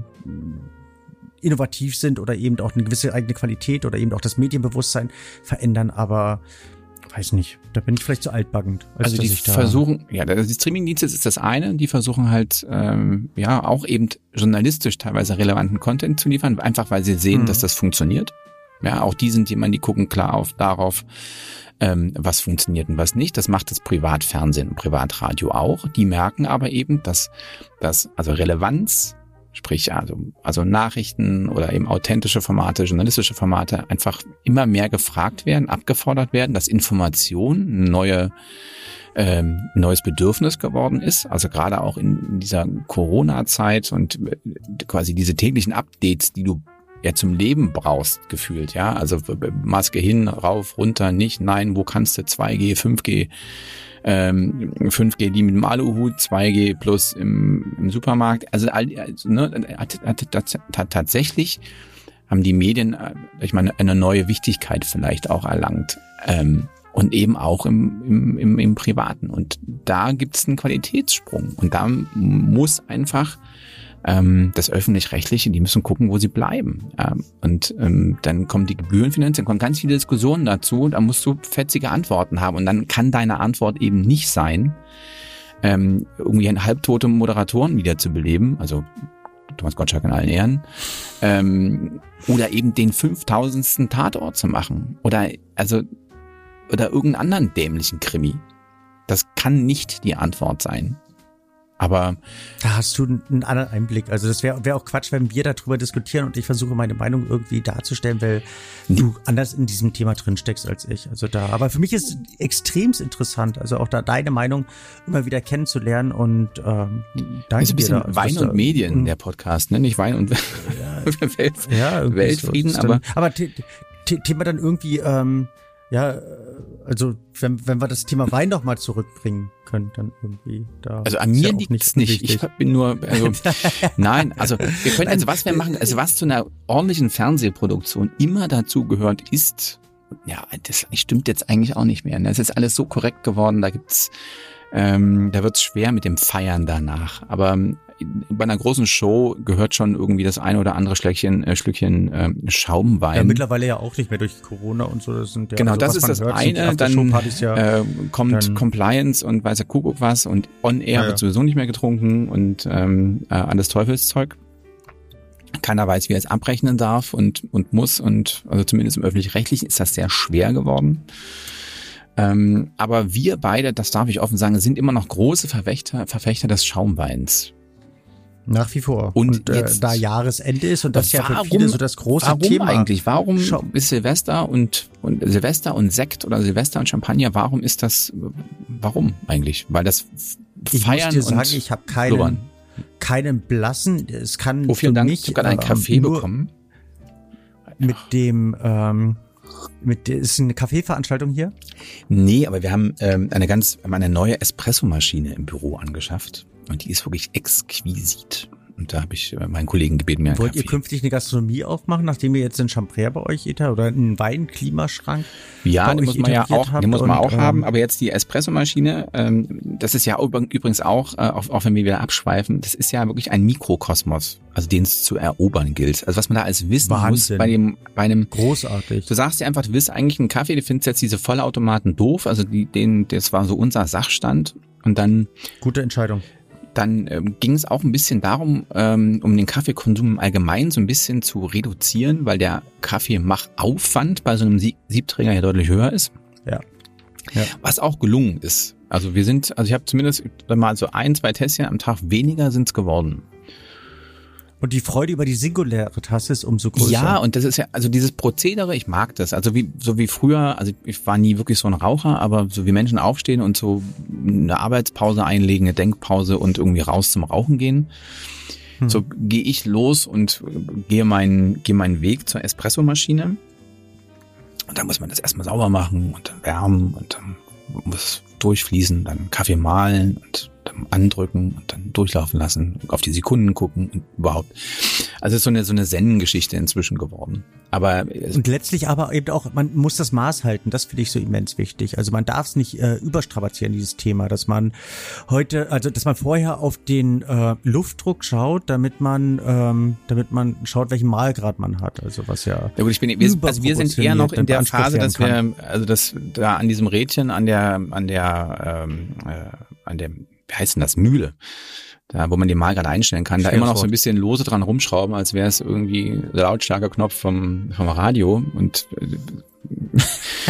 innovativ sind oder eben auch eine gewisse eigene Qualität oder eben auch das Medienbewusstsein verändern, aber weiß nicht, da bin ich vielleicht zu altbackend. Als also die ich da versuchen, ja, die Streamingdienste ist das eine, die versuchen halt ähm, ja auch eben journalistisch teilweise relevanten Content zu liefern, einfach weil sie sehen, mhm. dass das funktioniert. Ja, auch die sind jemand, die gucken klar auf darauf, ähm, was funktioniert und was nicht. Das macht das Privatfernsehen und Privatradio auch. Die merken aber eben, dass dass also Relevanz, sprich also also Nachrichten oder eben authentische Formate, journalistische Formate einfach immer mehr gefragt werden, abgefordert werden, dass Information eine neue ähm, neues Bedürfnis geworden ist. Also gerade auch in dieser Corona-Zeit und quasi diese täglichen Updates, die du ja zum Leben brauchst, gefühlt, ja. Also Maske hin, rauf, runter, nicht, nein, wo kannst du zwei G, fünf G, ähm, fünf G die mit dem Aluhut, zwei G plus im, im Supermarkt. Also, also ne, hat, hat, hat, hat tatsächlich haben die Medien, ich meine, eine neue Wichtigkeit vielleicht auch erlangt. Ähm, und eben auch im, im, im, im Privaten. Und da gibt es einen Qualitätssprung. Und da muss einfach das Öffentlich-Rechtliche, die müssen gucken, wo sie bleiben. Und dann kommen die Gebührenfinanzierung, kommen ganz viele Diskussionen dazu, da musst du fetzige Antworten haben. Und dann kann deine Antwort eben nicht sein, irgendwie ein halbtote Moderatoren wiederzubeleben, also Thomas Gottschalk in allen Ehren, oder eben den fünftausendsten Tatort zu machen. Oder also oder irgendeinen anderen dämlichen Krimi. Das kann nicht die Antwort sein. Aber da hast du einen anderen Einblick. Also das wäre wär auch Quatsch, wenn wir darüber diskutieren und ich versuche meine Meinung irgendwie darzustellen, weil du anders in diesem Thema drinsteckst als ich. Also da, aber für mich ist extremst interessant, also auch da deine Meinung immer wieder kennenzulernen und ähm, danke ist ein bisschen dir. Da, Wein und da, Medien, der Podcast, ne? Nicht Wein und ja, Welt, ja, Weltfrieden, so aber aber Thema dann irgendwie ähm, ja, also wenn wenn wir das Thema Wein noch mal zurückbringen können, dann irgendwie da. Also an mir liegt's nicht. Ich bin nur, also nein, also wir können, also was wir machen, also was zu einer ordentlichen Fernsehproduktion immer dazu gehört, ist, ja, das stimmt jetzt eigentlich auch nicht mehr. Das ist alles so korrekt geworden. Da gibt's, ähm, da wird's schwer mit dem Feiern danach. Aber bei einer großen Show gehört schon irgendwie das eine oder andere Schlückchen, äh, Schlückchen äh, Schaumwein. Ja, mittlerweile ja auch nicht mehr durch Corona und so. Das sind ja, genau, also, das ist das hört, eine. Dann ja, äh, kommt dann Compliance und weiß der Kuckuck was und on air ja, wird sowieso nicht mehr getrunken und ähm, äh, alles Teufelszeug. Keiner weiß, wie er es abrechnen darf und und muss und also zumindest im Öffentlich-Rechtlichen ist das sehr schwer geworden. Ähm, aber wir beide, das darf ich offen sagen, sind immer noch große Verfechter, Verfechter des Schaumweins. Nach wie vor. Und, und jetzt, äh, da Jahresende ist und das warum, ja für viele so das große warum Thema. Warum eigentlich? Warum Schau. ist Silvester und, und Silvester und Sekt oder Silvester und Champagner, warum ist das, warum eigentlich? Weil das ich Feiern muss dir sagen, und ich habe keinen, keinen blassen, es kann oh, vielen für Dank, mich ich habe gerade einen Kaffee bekommen. Mit dem, ähm, mit, ist eine Kaffeeveranstaltung hier? Nee, aber wir haben ähm, eine ganz, eine neue Espressomaschine im Büro angeschafft. Und die ist wirklich exquisit. Und da habe ich meinen Kollegen gebeten, mir einen Wollt Kaffee. ihr künftig eine Gastronomie aufmachen, nachdem ihr jetzt einen Champrère bei euch eta oder einen Weinklimaschrank? Ja, den muss man ja auch, den muss man auch und, haben. Aber jetzt die Espressomaschine, ähm, das ist ja übrigens auch, äh, auch, auch wenn wir wieder abschweifen, das ist ja wirklich ein Mikrokosmos, also den es zu erobern gilt. Also was man da als wissen Wahnsinn. muss bei dem, bei einem. Großartig. Du sagst dir einfach, du willst eigentlich einen Kaffee, du findest jetzt diese Vollautomaten doof. Also die, den, das war so unser Sachstand. Und dann. Gute Entscheidung. Dann ähm, ging es auch ein bisschen darum, ähm, um den Kaffeekonsum im Allgemeinen so ein bisschen zu reduzieren, weil der Kaffeemachaufwand bei so einem Sieb- Siebträger ja deutlich höher ist. Ja. ja. Was auch gelungen ist. Also wir sind, also ich habe zumindest mal so ein, zwei Tässchen am Tag weniger sind es geworden. Und die Freude über die singuläre Tasse ist umso größer. Ja, und das ist ja, also dieses Prozedere, ich mag das. Also wie, so wie früher, also ich war nie wirklich so ein Raucher, aber so wie Menschen aufstehen und so eine Arbeitspause einlegen, eine Denkpause und irgendwie raus zum Rauchen gehen. Hm. So gehe ich los und gehe meinen, gehe meinen Weg zur Espressomaschine. Und dann muss man das erstmal sauber machen und dann wärmen und dann muss durchfließen, dann Kaffee mahlen und dann andrücken und dann durchlaufen lassen, auf die Sekunden gucken und überhaupt. Also es ist so eine so eine Zen-Geschichte inzwischen geworden. Aber und letztlich aber eben auch, man muss das Maß halten, das finde ich so immens wichtig. Also man darf es nicht äh, überstrapazieren, dieses Thema, dass man heute, also dass man vorher auf den äh, Luftdruck schaut, damit man ähm, damit man schaut, welchen Mahlgrad man hat. Also was ja, ja gut, ich bin, wir, also wir sind eher noch in der Phase, dass wir, also dass da an diesem Rädchen, an der, an der, ähm, äh, an dem, wie heißt denn das, Mühle, da wo man den Mahlgrad einstellen kann, da immer noch so ein bisschen lose dran rumschrauben, als wäre es irgendwie der lautstarke Knopf vom vom Radio und und,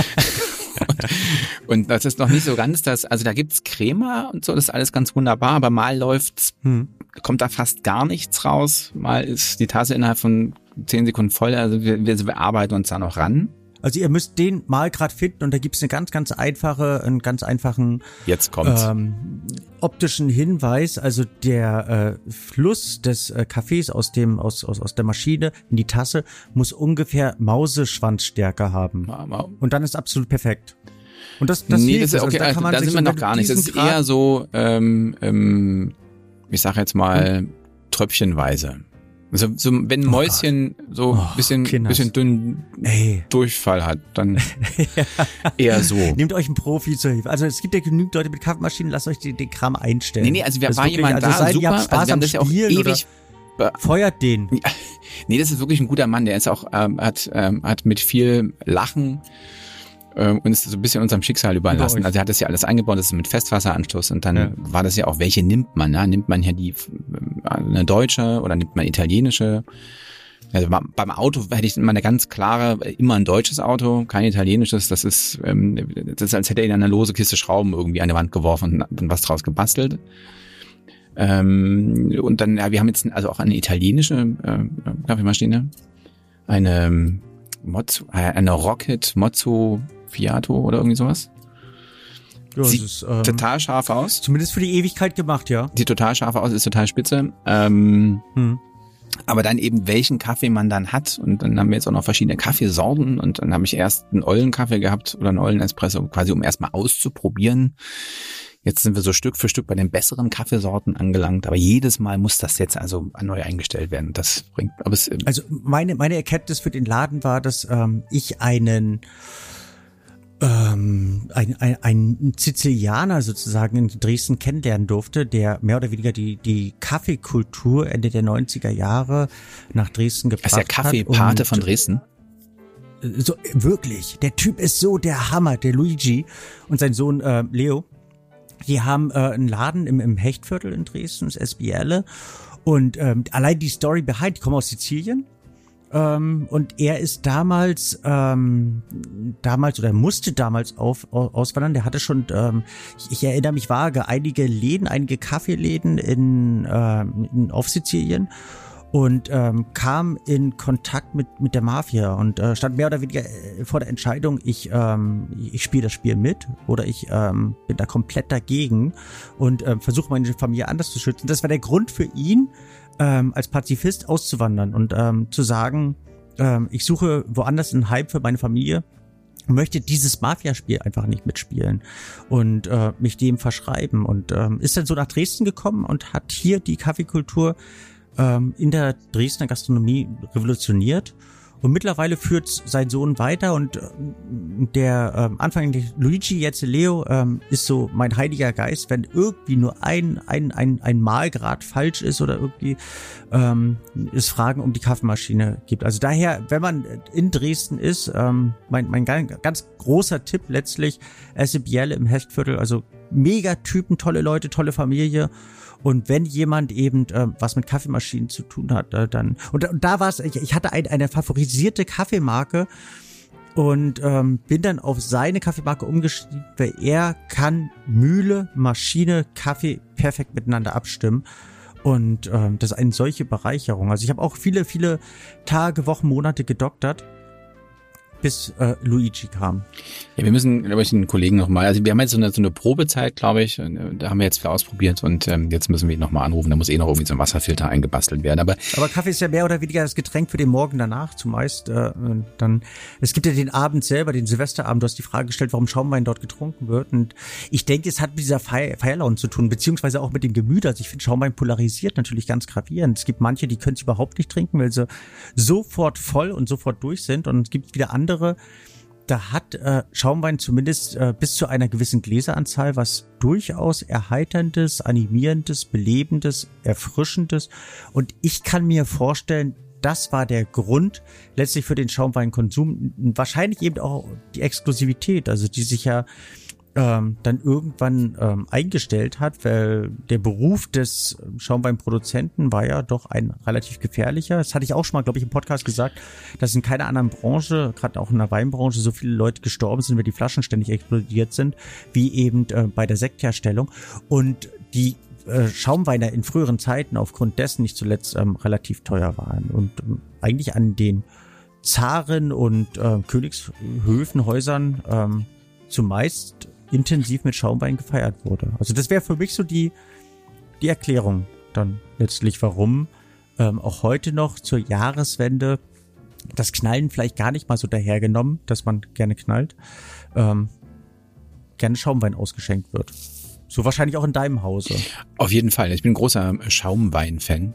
und das ist noch nicht so ganz das, also da gibt's Crema und so, das ist alles ganz wunderbar, aber mal läuft's, hm. kommt da fast gar nichts raus, mal ist die Tasse innerhalb von zehn Sekunden voll, also wir, wir arbeiten uns da noch ran. Also ihr müsst den Mahlgrad finden und da gibt's eine ganz, ganz einfache, einen ganz einfachen Jetzt kommt's. Ähm, optischen Hinweis. Also der äh, Fluss des äh, Kaffees aus dem aus, aus aus der Maschine in die Tasse muss ungefähr Mauseschwanzstärke haben. Und dann ist absolut perfekt. Und das das nee, das ist okay, also da, kann man da sind wir noch gar nicht. Das ist Grad eher so, ähm, ähm, ich sag jetzt mal hm? tröpfchenweise. Also so, wenn ein Mäuschen oh so ein oh, bisschen, bisschen dünn Ey. Durchfall hat, dann ja. eher so. Nehmt euch einen Profi zur Hilfe. Also es gibt ja genügend Leute mit Kaffeemaschinen, lasst euch den, den Kram einstellen. Nee, nee, also wir war wirklich, jemand also da, seid, super, ihr habt Spaß also wir haben das ja auch ewig feuert den. Ja, nee, das ist wirklich ein guter Mann, der ist auch, ähm, hat, ähm, hat mit viel Lachen ähm, uns so ein bisschen unserem Schicksal überlassen. Also er hat das ja alles eingebaut, das ist mit Festwasseranschluss und dann ja. war das ja auch, welche nimmt man, ne? Nimmt man hier die, eine deutsche oder nimmt man italienische? Also beim Auto hätte ich immer eine ganz klare, immer ein deutsches Auto, kein italienisches, das ist, ähm, das ist, als hätte er in eine lose Kiste Schrauben irgendwie an die Wand geworfen und dann was draus gebastelt. Ähm, und dann, ja, wir haben jetzt also auch eine italienische äh, Kaffeemaschine, eine Mozzo, eine Rocket Mozzo Fiato oder irgendwie sowas. Ja, sieht ist, ähm, total scharf aus. Zumindest für die Ewigkeit gemacht, ja. Sieht total scharf aus, ist total spitze. Ähm, hm. Aber dann eben, welchen Kaffee man dann hat. Und dann haben wir jetzt auch noch verschiedene Kaffeesorten. Und dann habe ich erst einen Ollen-Kaffee gehabt oder einen Ollen-Espresso, quasi um erstmal auszuprobieren. Jetzt sind wir so Stück für Stück bei den besseren Kaffeesorten angelangt. Aber jedes Mal muss das jetzt also neu eingestellt werden. Das bringt, aber es, also meine, meine Erkenntnis für den Laden war, dass ähm, ich einen Ähm, ein, ein, ein Sizilianer sozusagen in Dresden kennenlernen durfte, der mehr oder weniger die die Kaffeekultur Ende der neunziger Jahre nach Dresden gebracht hat. Das ist der Kaffeepate von Dresden? So, wirklich, der Typ ist so der Hammer, der Luigi und sein Sohn äh, Leo. Die haben äh, einen Laden im, im Hechtviertel in Dresden, das Espielle. Und ähm, allein die Story behind, die kommen aus Sizilien. Ähm, und er ist damals, ähm, damals oder musste damals auf, auswandern. Der hatte schon, ähm, ich, ich erinnere mich vage, einige Läden, einige Kaffeeläden in, ähm, in auf Sizilien und ähm, kam in Kontakt mit mit der Mafia und äh, stand mehr oder weniger vor der Entscheidung, ich ähm, ich spiele das Spiel mit oder ich ähm, bin da komplett dagegen und ähm, versuche meine Familie anders zu schützen. Das war der Grund für ihn, ähm, als Pazifist auszuwandern und ähm, zu sagen, ähm, ich suche woanders einen Heim für meine Familie, möchte dieses Mafia-Spiel einfach nicht mitspielen und äh, mich dem verschreiben und ähm, ist dann so nach Dresden gekommen und hat hier die Kaffeekultur ähm, in der Dresdner Gastronomie revolutioniert. Und mittlerweile führt sein Sohn weiter und der ähm, Anfang Luigi, jetzt Leo, ähm, ist so mein heiliger Geist, wenn irgendwie nur ein ein ein ein Mahlgrad falsch ist oder irgendwie ähm, es Fragen um die Kaffeemaschine gibt. Also daher, wenn man in Dresden ist, ähm, mein mein ganz großer Tipp letztlich, Esebielle im Hechtviertel, also mega Typen, tolle Leute, tolle Familie. Und wenn jemand eben äh, was mit Kaffeemaschinen zu tun hat, äh, dann und, und da war es, ich, ich hatte ein, eine favorisierte Kaffeemarke und ähm, bin dann auf seine Kaffeemarke umgestiegen, weil er kann Mühle, Maschine, Kaffee perfekt miteinander abstimmen. Und ähm, das ist eine solche Bereicherung. Also ich habe auch viele, viele Tage, Wochen, Monate gedoktert. bis äh, Luigi kam. Ja, wir müssen, glaube ich, den Kollegen nochmal, also wir haben jetzt so eine, so eine Probezeit, glaube ich, da haben wir jetzt viel ausprobiert und ähm, jetzt müssen wir ihn nochmal anrufen, da muss eh noch irgendwie so ein Wasserfilter eingebastelt werden. Aber aber Kaffee ist ja mehr oder weniger das Getränk für den Morgen danach zumeist. Äh, dann Es gibt ja den Abend selber, den Silvesterabend, du hast die Frage gestellt, warum Schaumwein dort getrunken wird und ich denke, es hat mit dieser Feier, Feierlaune zu tun, beziehungsweise auch mit dem Gemüt. Also ich finde, Schaumwein polarisiert natürlich ganz gravierend. Es gibt manche, die können es überhaupt nicht trinken, weil sie sofort voll und sofort durch sind und es gibt wieder andere Andere, da hat äh, Schaumwein zumindest äh, bis zu einer gewissen Gläseranzahl was durchaus Erheiterndes, Animierendes, Belebendes, Erfrischendes. Und ich kann mir vorstellen, das war der Grund letztlich für den Schaumweinkonsum. Wahrscheinlich eben auch die Exklusivität, also die sich ja ähm, dann irgendwann ähm, eingestellt hat, weil der Beruf des Schaumweinproduzenten war ja doch ein relativ gefährlicher. Das hatte ich auch schon mal, glaube ich, im Podcast gesagt, dass in keiner anderen Branche, gerade auch in der Weinbranche, so viele Leute gestorben sind, weil die Flaschen ständig explodiert sind, wie eben äh, bei der Sektherstellung. Und die äh, Schaumweine in früheren Zeiten aufgrund dessen nicht zuletzt ähm, relativ teuer waren und ähm, eigentlich an den Zaren und äh, Königshöfenhäusern ähm, zumeist intensiv mit Schaumwein gefeiert wurde. Also das wäre für mich so die die Erklärung dann letztlich, warum ähm, auch heute noch zur Jahreswende das Knallen vielleicht gar nicht mal so dahergenommen, dass man gerne knallt, ähm, gerne Schaumwein ausgeschenkt wird. So wahrscheinlich auch in deinem Hause. Auf jeden Fall. Ich bin ein großer Schaumwein-Fan.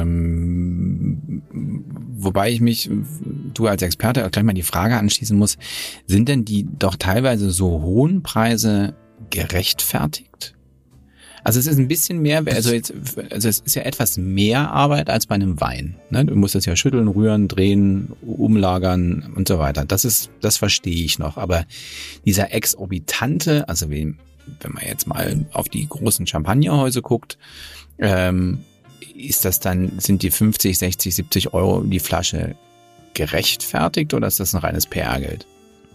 Ähm, wobei ich mich, du als Experte, auch gleich mal die Frage anschließen muss, sind denn die doch teilweise so hohen Preise gerechtfertigt? Also es ist ein bisschen mehr, also jetzt, also es ist ja etwas mehr Arbeit als bei einem Wein. Ne? Du musst das ja schütteln, rühren, drehen, umlagern und so weiter. Das ist, das verstehe ich noch. Aber dieser exorbitante, also wenn, wenn man jetzt mal auf die großen Champagnerhäuser guckt, ähm, ist das dann, sind die fünfzig, sechzig, siebzig Euro die Flasche gerechtfertigt oder ist das ein reines P R-Geld?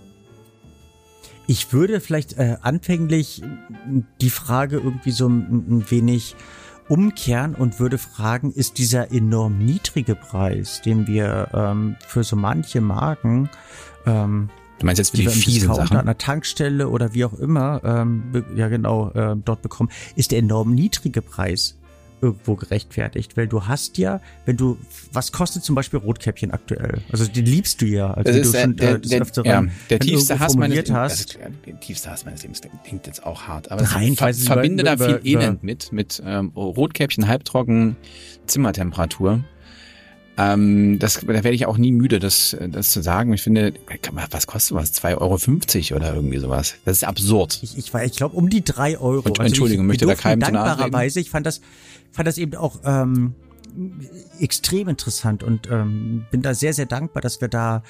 Ich würde vielleicht äh, anfänglich die Frage irgendwie so ein, ein wenig umkehren und würde fragen, ist dieser enorm niedrige Preis, den wir ähm, für so manche Marken, ähm, du meinst jetzt für die, die fiesen Sachen? An der Tankstelle oder wie auch immer, ähm, ja genau, äh, dort bekommen, ist der enorm niedrige Preis irgendwo gerechtfertigt, weil du hast ja, wenn du, was kostet zum Beispiel Rotkäppchen aktuell? Also den liebst du ja. Also das ist du schon, der, das der, öfter ja, der tiefste Hass meines Lebens. Hast. Der tiefste Hass meines Lebens klingt jetzt auch hart, aber Nein, ich ver verbinde über, da viel über, Elend mit, mit ähm, Rotkäppchen, halbtrocken, Zimmertemperatur. Ähm, das, da werde ich auch nie müde, das, das zu sagen. Ich finde, was kostet was? zwei Euro fünfzig oder irgendwie sowas. Das ist absurd. Ich, ich, ich glaube um die drei Euro. Und, also Entschuldigung, ich möchte da keinem zu nahe treten. Dankbarerweise, ich fand das, fand das eben auch ähm, extrem interessant und ähm, bin da sehr, sehr dankbar, dass wir da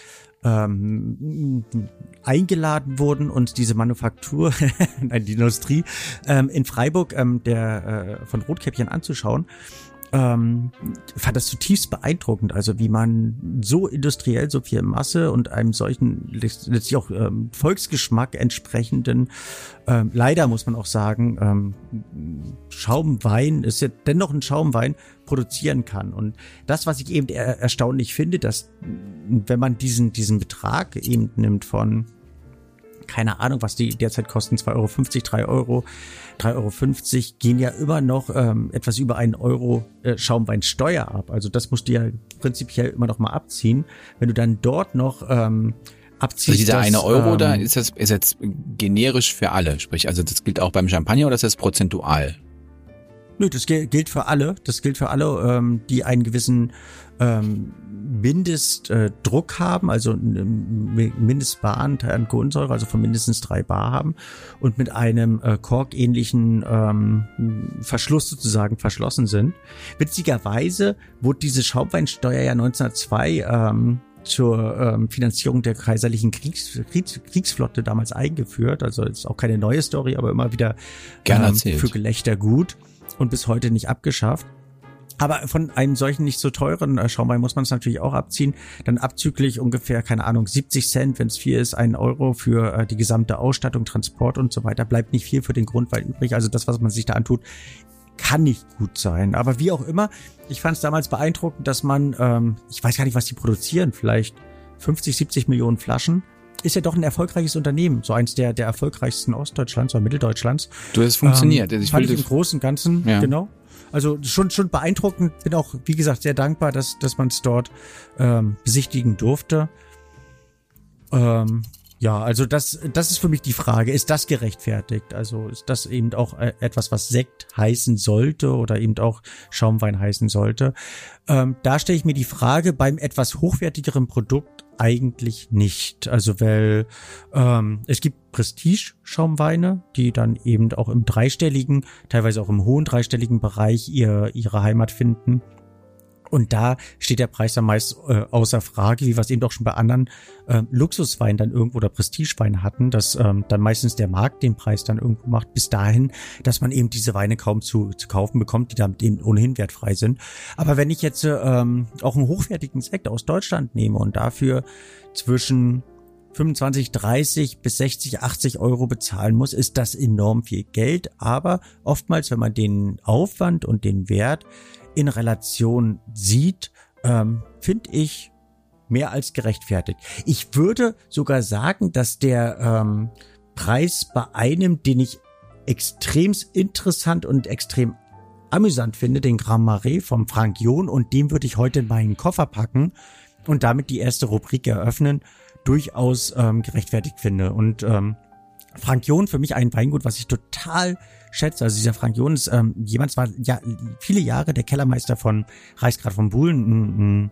ähm, eingeladen wurden und diese Manufaktur, nein, die Industrie ähm, in Freiburg ähm, der äh, von Rotkäppchen anzuschauen. Ähm, fand das zutiefst beeindruckend, also wie man so industriell so viel Masse und einem solchen letztlich auch ähm, Volksgeschmack entsprechenden, ähm, leider muss man auch sagen, ähm, Schaumwein ist ja dennoch ein Schaumwein produzieren kann. Und das, was ich eben er erstaunlich finde, dass wenn man diesen diesen Betrag eben nimmt von keine Ahnung, was die derzeit kosten, zwei Euro fünfzig, drei Euro, drei Euro fünfzig, gehen ja immer noch ähm, etwas über einen Euro äh, Schaumweinsteuer ab. Also das musst du ja prinzipiell immer noch mal abziehen. Wenn du dann dort noch ähm, abziehst. Also dieser das, eine Euro ähm, da, ist das ist jetzt generisch für alle? Sprich, also das gilt auch beim Champagner oder ist das prozentual? Nö, das gilt für alle. Das gilt für alle, ähm, die einen gewissen ähm, Mindestdruck äh, haben, also Mindestbaren an Kohlensäure, also von mindestens drei Bar haben und mit einem äh, korkähnlichen ähm, Verschluss sozusagen verschlossen sind. Witzigerweise wurde diese Schaumweinsteuer ja neunzehnhundertzwei ähm, zur ähm, Finanzierung der kaiserlichen Kriegs, Kriegs, Kriegsflotte damals eingeführt. Also ist auch keine neue Story, aber immer wieder ähm, für Gelächter gut und bis heute nicht abgeschafft. Aber von einem solchen nicht so teuren äh, Schaumwein muss man es natürlich auch abziehen. Dann abzüglich ungefähr, keine Ahnung, siebzig Cent, wenn es viel ist, ein Euro für äh, die gesamte Ausstattung, Transport und so weiter. Bleibt nicht viel für den Grundwein übrig. Also das, was man sich da antut, kann nicht gut sein. Aber wie auch immer, ich fand es damals beeindruckend, dass man, ähm, ich weiß gar nicht, was die produzieren, vielleicht fünfzig, siebzig Millionen Flaschen. Ist ja doch ein erfolgreiches Unternehmen, so eins der der erfolgreichsten Ostdeutschlands oder Mitteldeutschlands. Du, das funktioniert. Ähm, ich fand ich im Großen und Ganzen, ja. genau. Also schon schon beeindruckend. Bin auch, wie gesagt, sehr dankbar, dass dass man es dort ähm, besichtigen durfte. Ähm, ja, also das das ist für mich die Frage, ist das gerechtfertigt? Also ist das eben auch äh, etwas, was Sekt heißen sollte oder eben auch Schaumwein heißen sollte? Ähm, da stelle ich mir die Frage, beim etwas hochwertigeren Produkt eigentlich nicht. Also weil ähm, es gibt Prestige-Schaumweine, die dann eben auch im dreistelligen, teilweise auch im hohen dreistelligen Bereich ihr, ihre Heimat finden. Und da steht der Preis dann meist äh, außer Frage, wie wir es eben auch schon bei anderen äh, Luxusweinen dann irgendwo oder Prestigeweinen hatten, dass ähm, dann meistens der Markt den Preis dann irgendwo macht, bis dahin, dass man eben diese Weine kaum zu, zu kaufen bekommt, die dann eben ohnehin wertfrei sind. Aber wenn ich jetzt ähm, auch einen hochwertigen Sekt aus Deutschland nehme und dafür zwischen fünfundzwanzig, dreißig bis sechzig, achtzig Euro bezahlen muss, ist das enorm viel Geld. Aber oftmals, wenn man den Aufwand und den Wert in Relation sieht, ähm, finde ich mehr als gerechtfertigt. Ich würde sogar sagen, dass der ähm, Preis bei einem, den ich extrem interessant und extrem amüsant finde, den Grand Marais vom Franck John, und den würde ich heute in meinen Koffer packen und damit die erste Rubrik eröffnen, durchaus ähm, gerechtfertigt finde. Und ähm, Franck John für mich ein Weingut, was ich total schätze. Also dieser Franck John ist ähm, jemand, war ja viele Jahre der Kellermeister von Reichsgrad von Buhlen, ein, ein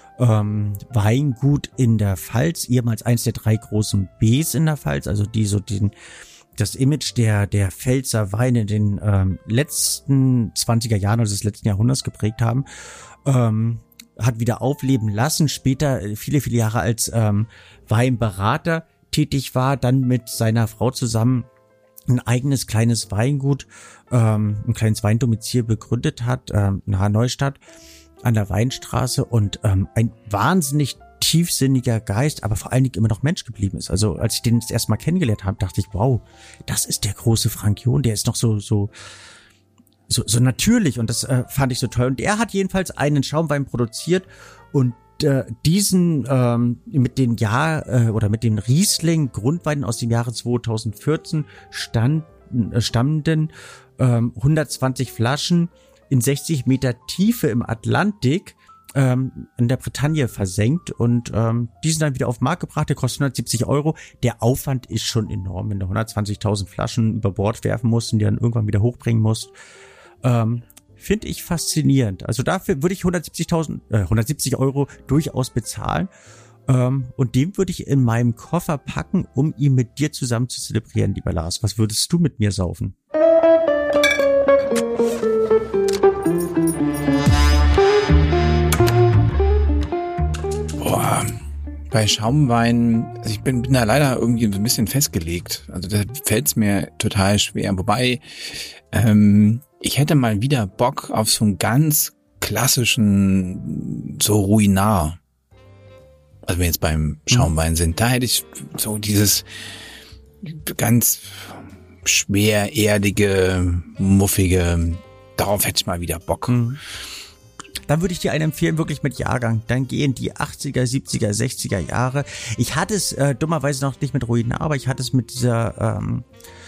ähm, Weingut in der Pfalz, ehemals eins der drei großen Bs in der Pfalz, also die so den das Image der der Pfälzer Weine in den ähm, letzten zwanziger Jahren, also des letzten Jahrhunderts geprägt haben, ähm, hat wieder aufleben lassen, später viele, viele Jahre als ähm, Weinberater tätig war, dann mit seiner Frau zusammen ein eigenes kleines Weingut, ähm, ein kleines Weindomizil begründet hat, ähm, nahe Neustadt an der Weinstraße, und ähm, ein wahnsinnig tiefsinniger Geist, aber vor allen Dingen immer noch Mensch geblieben ist. Also als ich den das erste Mal kennengelernt habe, dachte ich, wow, das ist der große Franck John, der ist noch so so so, so natürlich, und das äh, fand ich so toll. Und er hat jedenfalls einen Schaumwein produziert, und äh, diesen ähm, mit den Jahr äh, oder mit den Riesling Grundweinen aus dem Jahre zweitausendvierzehn stand, äh, stammenden ähm, hundertzwanzig Flaschen in sechzig Meter Tiefe im Atlantik ähm, in der Bretagne versenkt, und ähm, die sind dann wieder auf den Markt gebracht. Der kostet hundertsiebzig Euro. Der Aufwand ist schon enorm, wenn du hundertzwanzigtausend Flaschen über Bord werfen musst und die dann irgendwann wieder hochbringen musst. Ähm, Finde ich faszinierend. Also dafür würde ich hundertsiebzigtausend, äh, hundertsiebzig Euro durchaus bezahlen. Ähm, und den würde ich in meinem Koffer packen, um ihn mit dir zusammen zu zelebrieren, lieber Lars. Was würdest du mit mir saufen? Boah, bei Schaumwein, also ich bin, bin da leider irgendwie ein bisschen festgelegt. Also da fällt es mir total schwer. Wobei, ähm, ich hätte mal wieder Bock auf so einen ganz klassischen, so Ruinart. Also wenn wir jetzt beim Schaumwein sind, da hätte ich so dieses ganz schwer erdige, muffige, darauf hätte ich mal wieder Bock. Mhm. Dann würde ich dir einen empfehlen, wirklich mit Jahrgang. Dann gehen die achtziger, siebziger, sechziger Jahre. Ich hatte es äh, dummerweise noch nicht mit Ruinart, aber ich hatte es mit dieser ähm,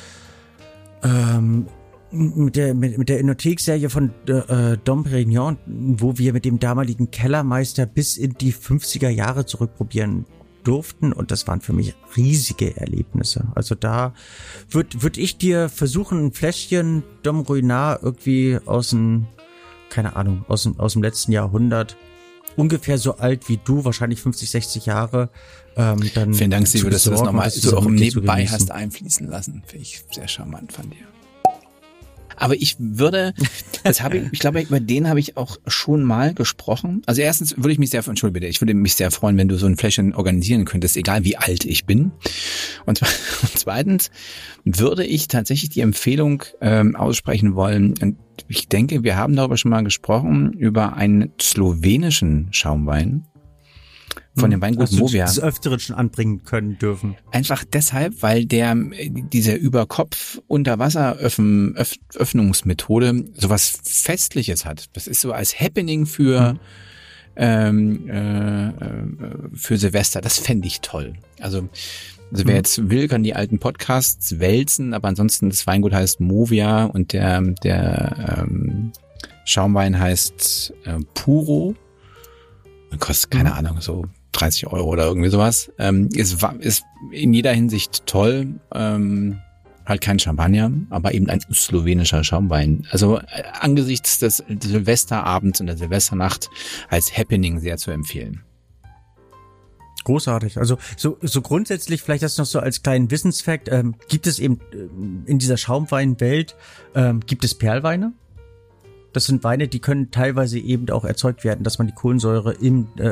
ähm, mit der mit, mit der Enothek-Serie von äh, Dom Pérignon, wo wir mit dem damaligen Kellermeister bis in die fünfziger Jahre zurückprobieren durften, und das waren für mich riesige Erlebnisse. Also da würde würd ich dir versuchen, ein Fläschchen Dom Ruinart irgendwie aus dem, keine Ahnung, aus dem, aus dem letzten Jahrhundert, ungefähr so alt wie du, wahrscheinlich fünfzig, sechzig Jahre, ähm, dann vielen Dank, Steve, dass du das nochmal so auch nebenbei hast einfließen lassen. Finde ich sehr charmant von dir. Aber ich würde, das habe ich, ich glaube, über den habe ich auch schon mal gesprochen. Also erstens würde ich mich sehr, entschuldige bitte, ich würde mich sehr freuen, wenn du so ein Fläschchen organisieren könntest, egal wie alt ich bin. Und, und zweitens würde ich tatsächlich die Empfehlung ähm, aussprechen wollen. Und ich denke, wir haben darüber schon mal gesprochen, über einen slowenischen Schaumwein von dem Weingut Movia. Des Öfteren schon anbringen können dürfen. Einfach deshalb, weil der diese Über-Kopf-Unterwasser-Öffnungsmethode sowas Festliches hat. Das ist so als Happening für mhm. ähm, äh, für Silvester. Das fände ich toll. Also, also wer mhm. jetzt will, kann die alten Podcasts wälzen, aber ansonsten das Weingut heißt Movia und der, der ähm, Schaumwein heißt äh, Puro. Und kostet, keine mhm. Ahnung, so dreißig Euro oder irgendwie sowas. Ähm, ist, ist in jeder Hinsicht toll. Ähm, halt kein Champagner, aber eben ein slowenischer Schaumwein. Also äh, angesichts des Silvesterabends und der Silvesternacht als Happening sehr zu empfehlen. Großartig. Also so so grundsätzlich, vielleicht das noch so als kleinen Wissensfakt, ähm, gibt es eben äh, in dieser Schaumweinwelt, ähm, gibt es Perlweine? Das sind Weine, die können teilweise eben auch erzeugt werden, dass man die Kohlensäure im äh,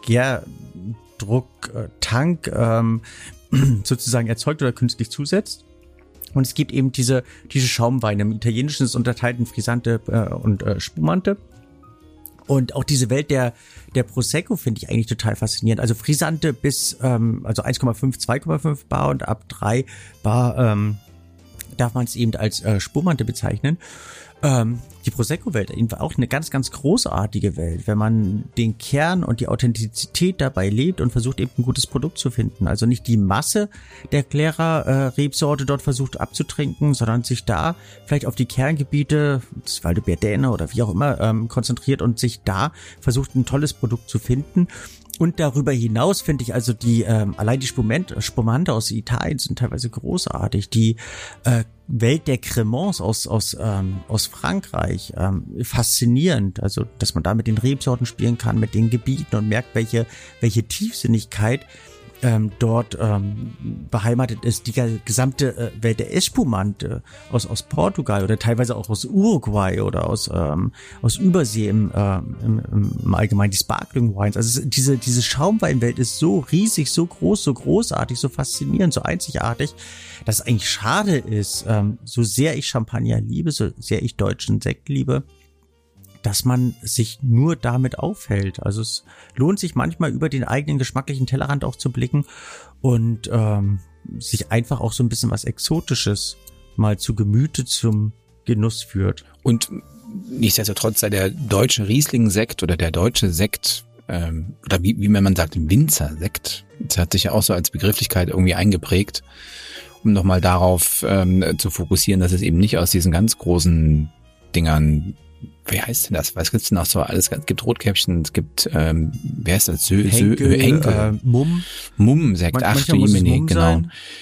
Gärdrucktank ähm, sozusagen erzeugt oder künstlich zusetzt. Und es gibt eben diese diese Schaumweine. Im Italienischen ist es unterteilt in Frizzante äh, und äh, Spumante. Und auch diese Welt der der Prosecco finde ich eigentlich total faszinierend. Also Frizzante bis ähm, also eins Komma fünf, zwei Komma fünf Bar und ab drei Bar ähm, darf man es eben als äh, Spumante bezeichnen. Ähm, die Prosecco-Welt war auch eine ganz, ganz großartige Welt, wenn man den Kern und die Authentizität dabei lebt und versucht eben ein gutes Produkt zu finden. Also nicht die Masse der Clara-Rebsorte dort versucht abzutrinken, sondern sich da vielleicht auf die Kerngebiete, das Val de Berdene oder wie auch immer, ähm, konzentriert und sich da versucht ein tolles Produkt zu finden. Und darüber hinaus finde ich also die, ähm, allein die Spumante, Spumante aus Italien sind teilweise großartig. Die äh, Welt der Cremants aus aus ähm, aus Frankreich, ähm, faszinierend. Also, dass man da mit den Rebsorten spielen kann, mit den Gebieten und merkt, welche welche Tiefsinnigkeit ähm, dort ähm, beheimatet ist. Die gesamte äh, Welt der Espumante aus aus Portugal oder teilweise auch aus Uruguay oder aus ähm, aus Übersee im, äh, im, im Allgemeinen, die Sparkling Wines. Also es, diese diese Schaumweinwelt ist so riesig, so groß, so großartig, so faszinierend, so einzigartig, dass es eigentlich schade ist, ähm, so sehr ich Champagner liebe, so sehr ich deutschen Sekt liebe, dass man sich nur damit aufhält. Also es lohnt sich manchmal über den eigenen geschmacklichen Tellerrand auch zu blicken und ähm, sich einfach auch so ein bisschen was Exotisches mal zu Gemüte zum Genuss führt. Und nichtsdestotrotz sei der deutsche Riesling-Sekt oder der deutsche Sekt ähm, oder wie, wie man sagt, Winzersekt, das hat sich ja auch so als Begrifflichkeit irgendwie eingeprägt, um nochmal darauf ähm, zu fokussieren, dass es eben nicht aus diesen ganz großen Dingern, wie heißt denn das? Was gibt's denn noch so alles? Es gibt Rotkäppchen, es gibt, ähm, wer heißt das? Sö, Henkel, Sö, Henkel. Äh, Mumm. Mumm-Sekt, ach du Jemine, genau.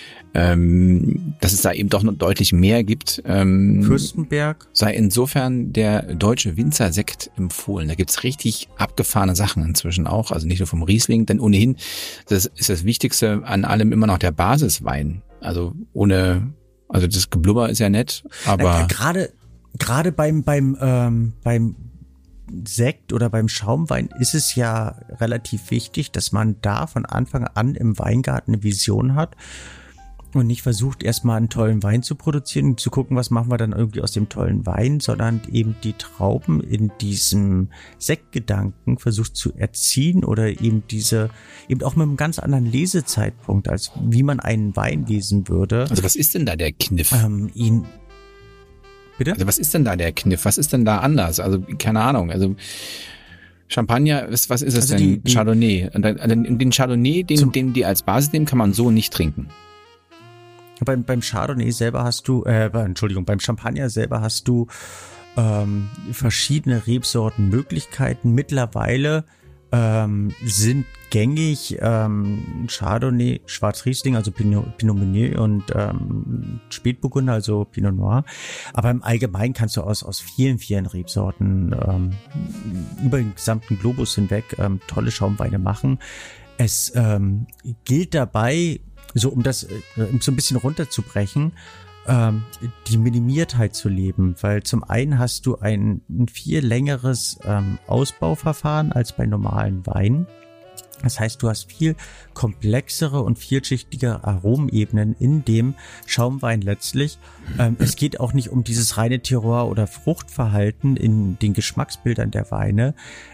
Ähm, dass es da eben doch noch deutlich mehr gibt. Ähm, Fürstenberg. Sei insofern der deutsche Winzersekt empfohlen. Da gibt's richtig abgefahrene Sachen inzwischen auch, also nicht nur vom Riesling, denn ohnehin, das ist das Wichtigste an allem immer noch der Basiswein. Also ohne, also das Geblubber ist ja nett, aber... Äh, gerade Gerade beim beim ähm, beim Sekt oder beim Schaumwein ist es ja relativ wichtig, dass man da von Anfang an im Weingarten eine Vision hat und nicht versucht, erstmal einen tollen Wein zu produzieren und zu gucken, was machen wir dann irgendwie aus dem tollen Wein, sondern eben die Trauben in diesem Sektgedanken versucht zu erziehen oder eben diese, eben auch mit einem ganz anderen Lesezeitpunkt, als wie man einen Wein lesen würde. Also was ist denn da der Kniff? Ähm, ihn Bitte? Also was ist denn da der Kniff? Was ist denn da anders? Also keine Ahnung. Also Champagner, was, was ist es also denn? Die, Chardonnay. Und dann, den Chardonnay, den, den die als Basis nehmen, kann man so nicht trinken. Beim, beim Chardonnay selber hast du, äh, Entschuldigung, beim Champagner selber hast du ähm, verschiedene Rebsortenmöglichkeiten. Mittlerweile ähm, sind gängig ähm, Chardonnay, Schwarzriesling, also Pinot, Pinot Meunier und ähm, Spätburgunder, also Pinot Noir. Aber im Allgemeinen kannst du aus aus vielen, vielen Rebsorten ähm, über den gesamten Globus hinweg ähm, tolle Schaumweine machen. Es ähm, gilt dabei, so um das äh, um so ein bisschen runterzubrechen, ähm, die Minimiertheit zu leben, weil zum einen hast du ein, ein viel längeres ähm, Ausbauverfahren als bei normalen Weinen. Das heißt, du hast viel komplexere und vielschichtige Aromenebenen in dem Schaumwein letztlich. Ähm, es geht auch nicht um dieses reine Terroir- oder Fruchtverhalten in den Geschmacksbildern der Weine.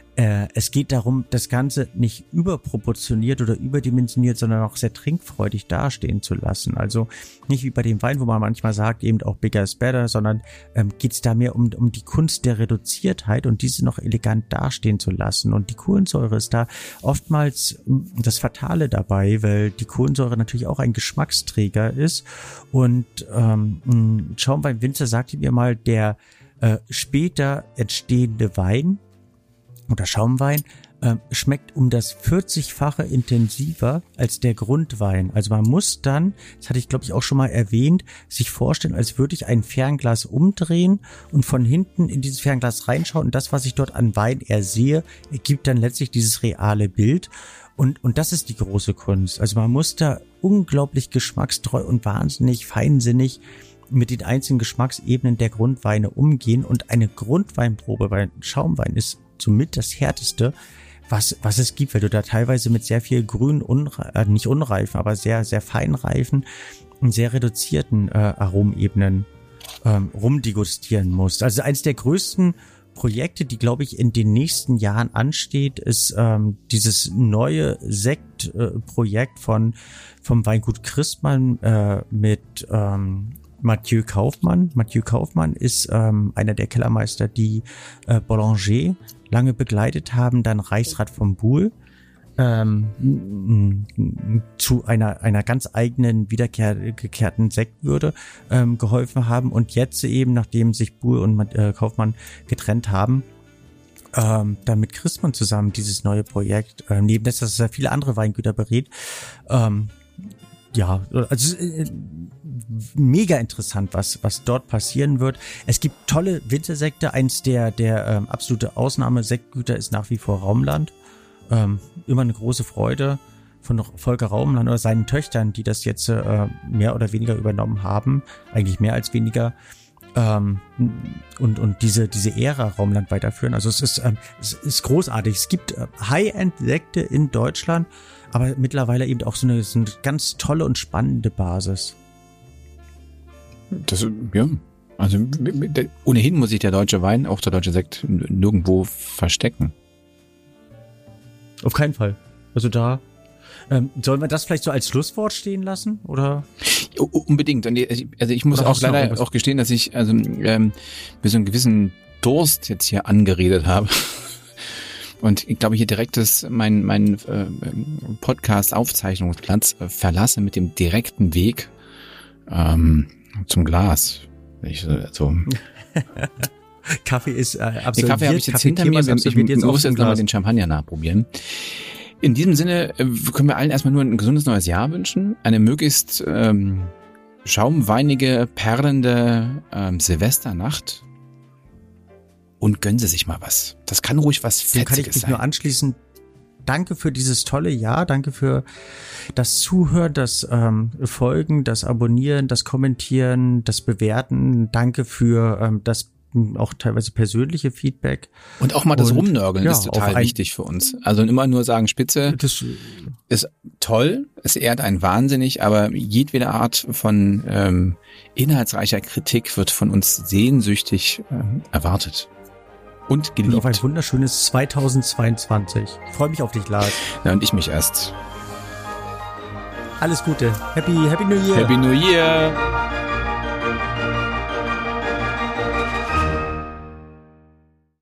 äh, es geht darum, das Ganze nicht überproportioniert oder überdimensioniert, sondern auch sehr trinkfreudig dastehen zu lassen. Also nicht wie bei dem Wein, wo man manchmal sagt, eben auch bigger is better, sondern ähm, geht es da mehr um, um die Kunst der Reduziertheit und diese noch elegant dastehen zu lassen. Und die Kohlensäure ist da oftmals das Fatale dabei, weil die Kohlensäure natürlich auch ein Geschmacksträger ist. Und ähm, Schaumweinwinzer sagte mir mal, der äh, später entstehende Wein oder Schaumwein äh, schmeckt um das vierzigfache intensiver als der Grundwein. Also man muss dann, das hatte ich glaube ich auch schon mal erwähnt, sich vorstellen, als würde ich ein Fernglas umdrehen und von hinten in dieses Fernglas reinschauen und das, was ich dort an Wein ersehe, ergibt dann letztlich dieses reale Bild. Und, und das ist die große Kunst. Also man muss da unglaublich geschmackstreu und wahnsinnig feinsinnig mit den einzelnen Geschmacksebenen der Grundweine umgehen. Und eine Grundweinprobe bei Schaumwein ist somit das härteste, was, was es gibt, weil du da teilweise mit sehr viel grünen, unre- äh, nicht unreifen, aber sehr, sehr feinreifen und sehr reduzierten äh, Aromebenen ähm, rumdegustieren musst. Also eins der größten Projekte, die, glaube ich, in den nächsten Jahren ansteht, ist ähm, dieses neue Sektprojekt äh, von vom Weingut Christmann äh, mit ähm, Mathieu Kaufmann. Mathieu Kaufmann ist ähm, einer der Kellermeister, die äh, Boulanger lange begleitet haben, dann Reichsrat von Buhl ähm, zu einer einer ganz eigenen wiedergekehrten Sektwürde ähm, geholfen haben und jetzt eben, nachdem sich Buhl und äh, Kaufmann getrennt haben, ähm, dann mit Christmann zusammen dieses neue Projekt, äh, neben das, dass er viele andere Weingüter berät, ähm, ja, also äh, mega interessant, was was dort passieren wird. Es gibt tolle Winzersekte. Eins der der ähm, absolute Ausnahmesektgüter ist nach wie vor Raumland. Ähm, immer eine große Freude von Volker Raumland oder seinen Töchtern, die das jetzt äh, mehr oder weniger übernommen haben, eigentlich mehr als weniger, ähm, und und diese diese Ära Raumland weiterführen. Also es ist ähm, es ist großartig. Es gibt äh, High-End-Sekte in Deutschland, aber mittlerweile eben auch so eine, so eine ganz tolle und spannende Basis. Das, ja, also ohnehin muss sich der deutsche Wein, auch der deutsche Sekt, nirgendwo verstecken. Auf keinen Fall. Also da, ähm, sollen wir das vielleicht so als Schlusswort stehen lassen, oder? Ja, unbedingt. Und ich, also ich muss oder auch leider auch gestehen, dass ich also ähm, mit so einem gewissen Durst jetzt hier angeredet habe. Und ich glaube, hier direkt ist mein, mein äh, Podcast-Aufzeichnungsplatz äh, verlasse mit dem direkten Weg ähm, zum Glas. Ich, so. Kaffee ist äh, absolviert. Den Kaffee habe ich jetzt Kaffee hinter mir. Ich, ich muss jetzt nochmal den Champagner nachprobieren. In diesem Sinne äh, können wir allen erstmal nur ein gesundes neues Jahr wünschen. Eine möglichst ähm, schaumweinige, perlende ähm, Silvesternacht. Und gönnen Sie sich mal was. Das kann ruhig was Fetziges sein. Dem kann ich mich nur anschließen. Danke für dieses tolle Jahr. Danke für das Zuhören, das ähm, Folgen, das Abonnieren, das Kommentieren, das Bewerten. Danke für ähm, das auch teilweise persönliche Feedback. Und auch mal das und, Rumnörgeln ja, ist total wichtig für uns. Also immer nur sagen, Spitze das ist toll, es ehrt einen wahnsinnig, aber jedwede Art von ähm, inhaltsreicher Kritik wird von uns sehnsüchtig ähm, erwartet. Und geliebt. Und auf ein wunderschönes zweitausendzweiundzwanzig. Ich freue mich auf dich, Lars. Ja, und ich mich erst. Alles Gute. Happy, Happy New Year. Happy New Year.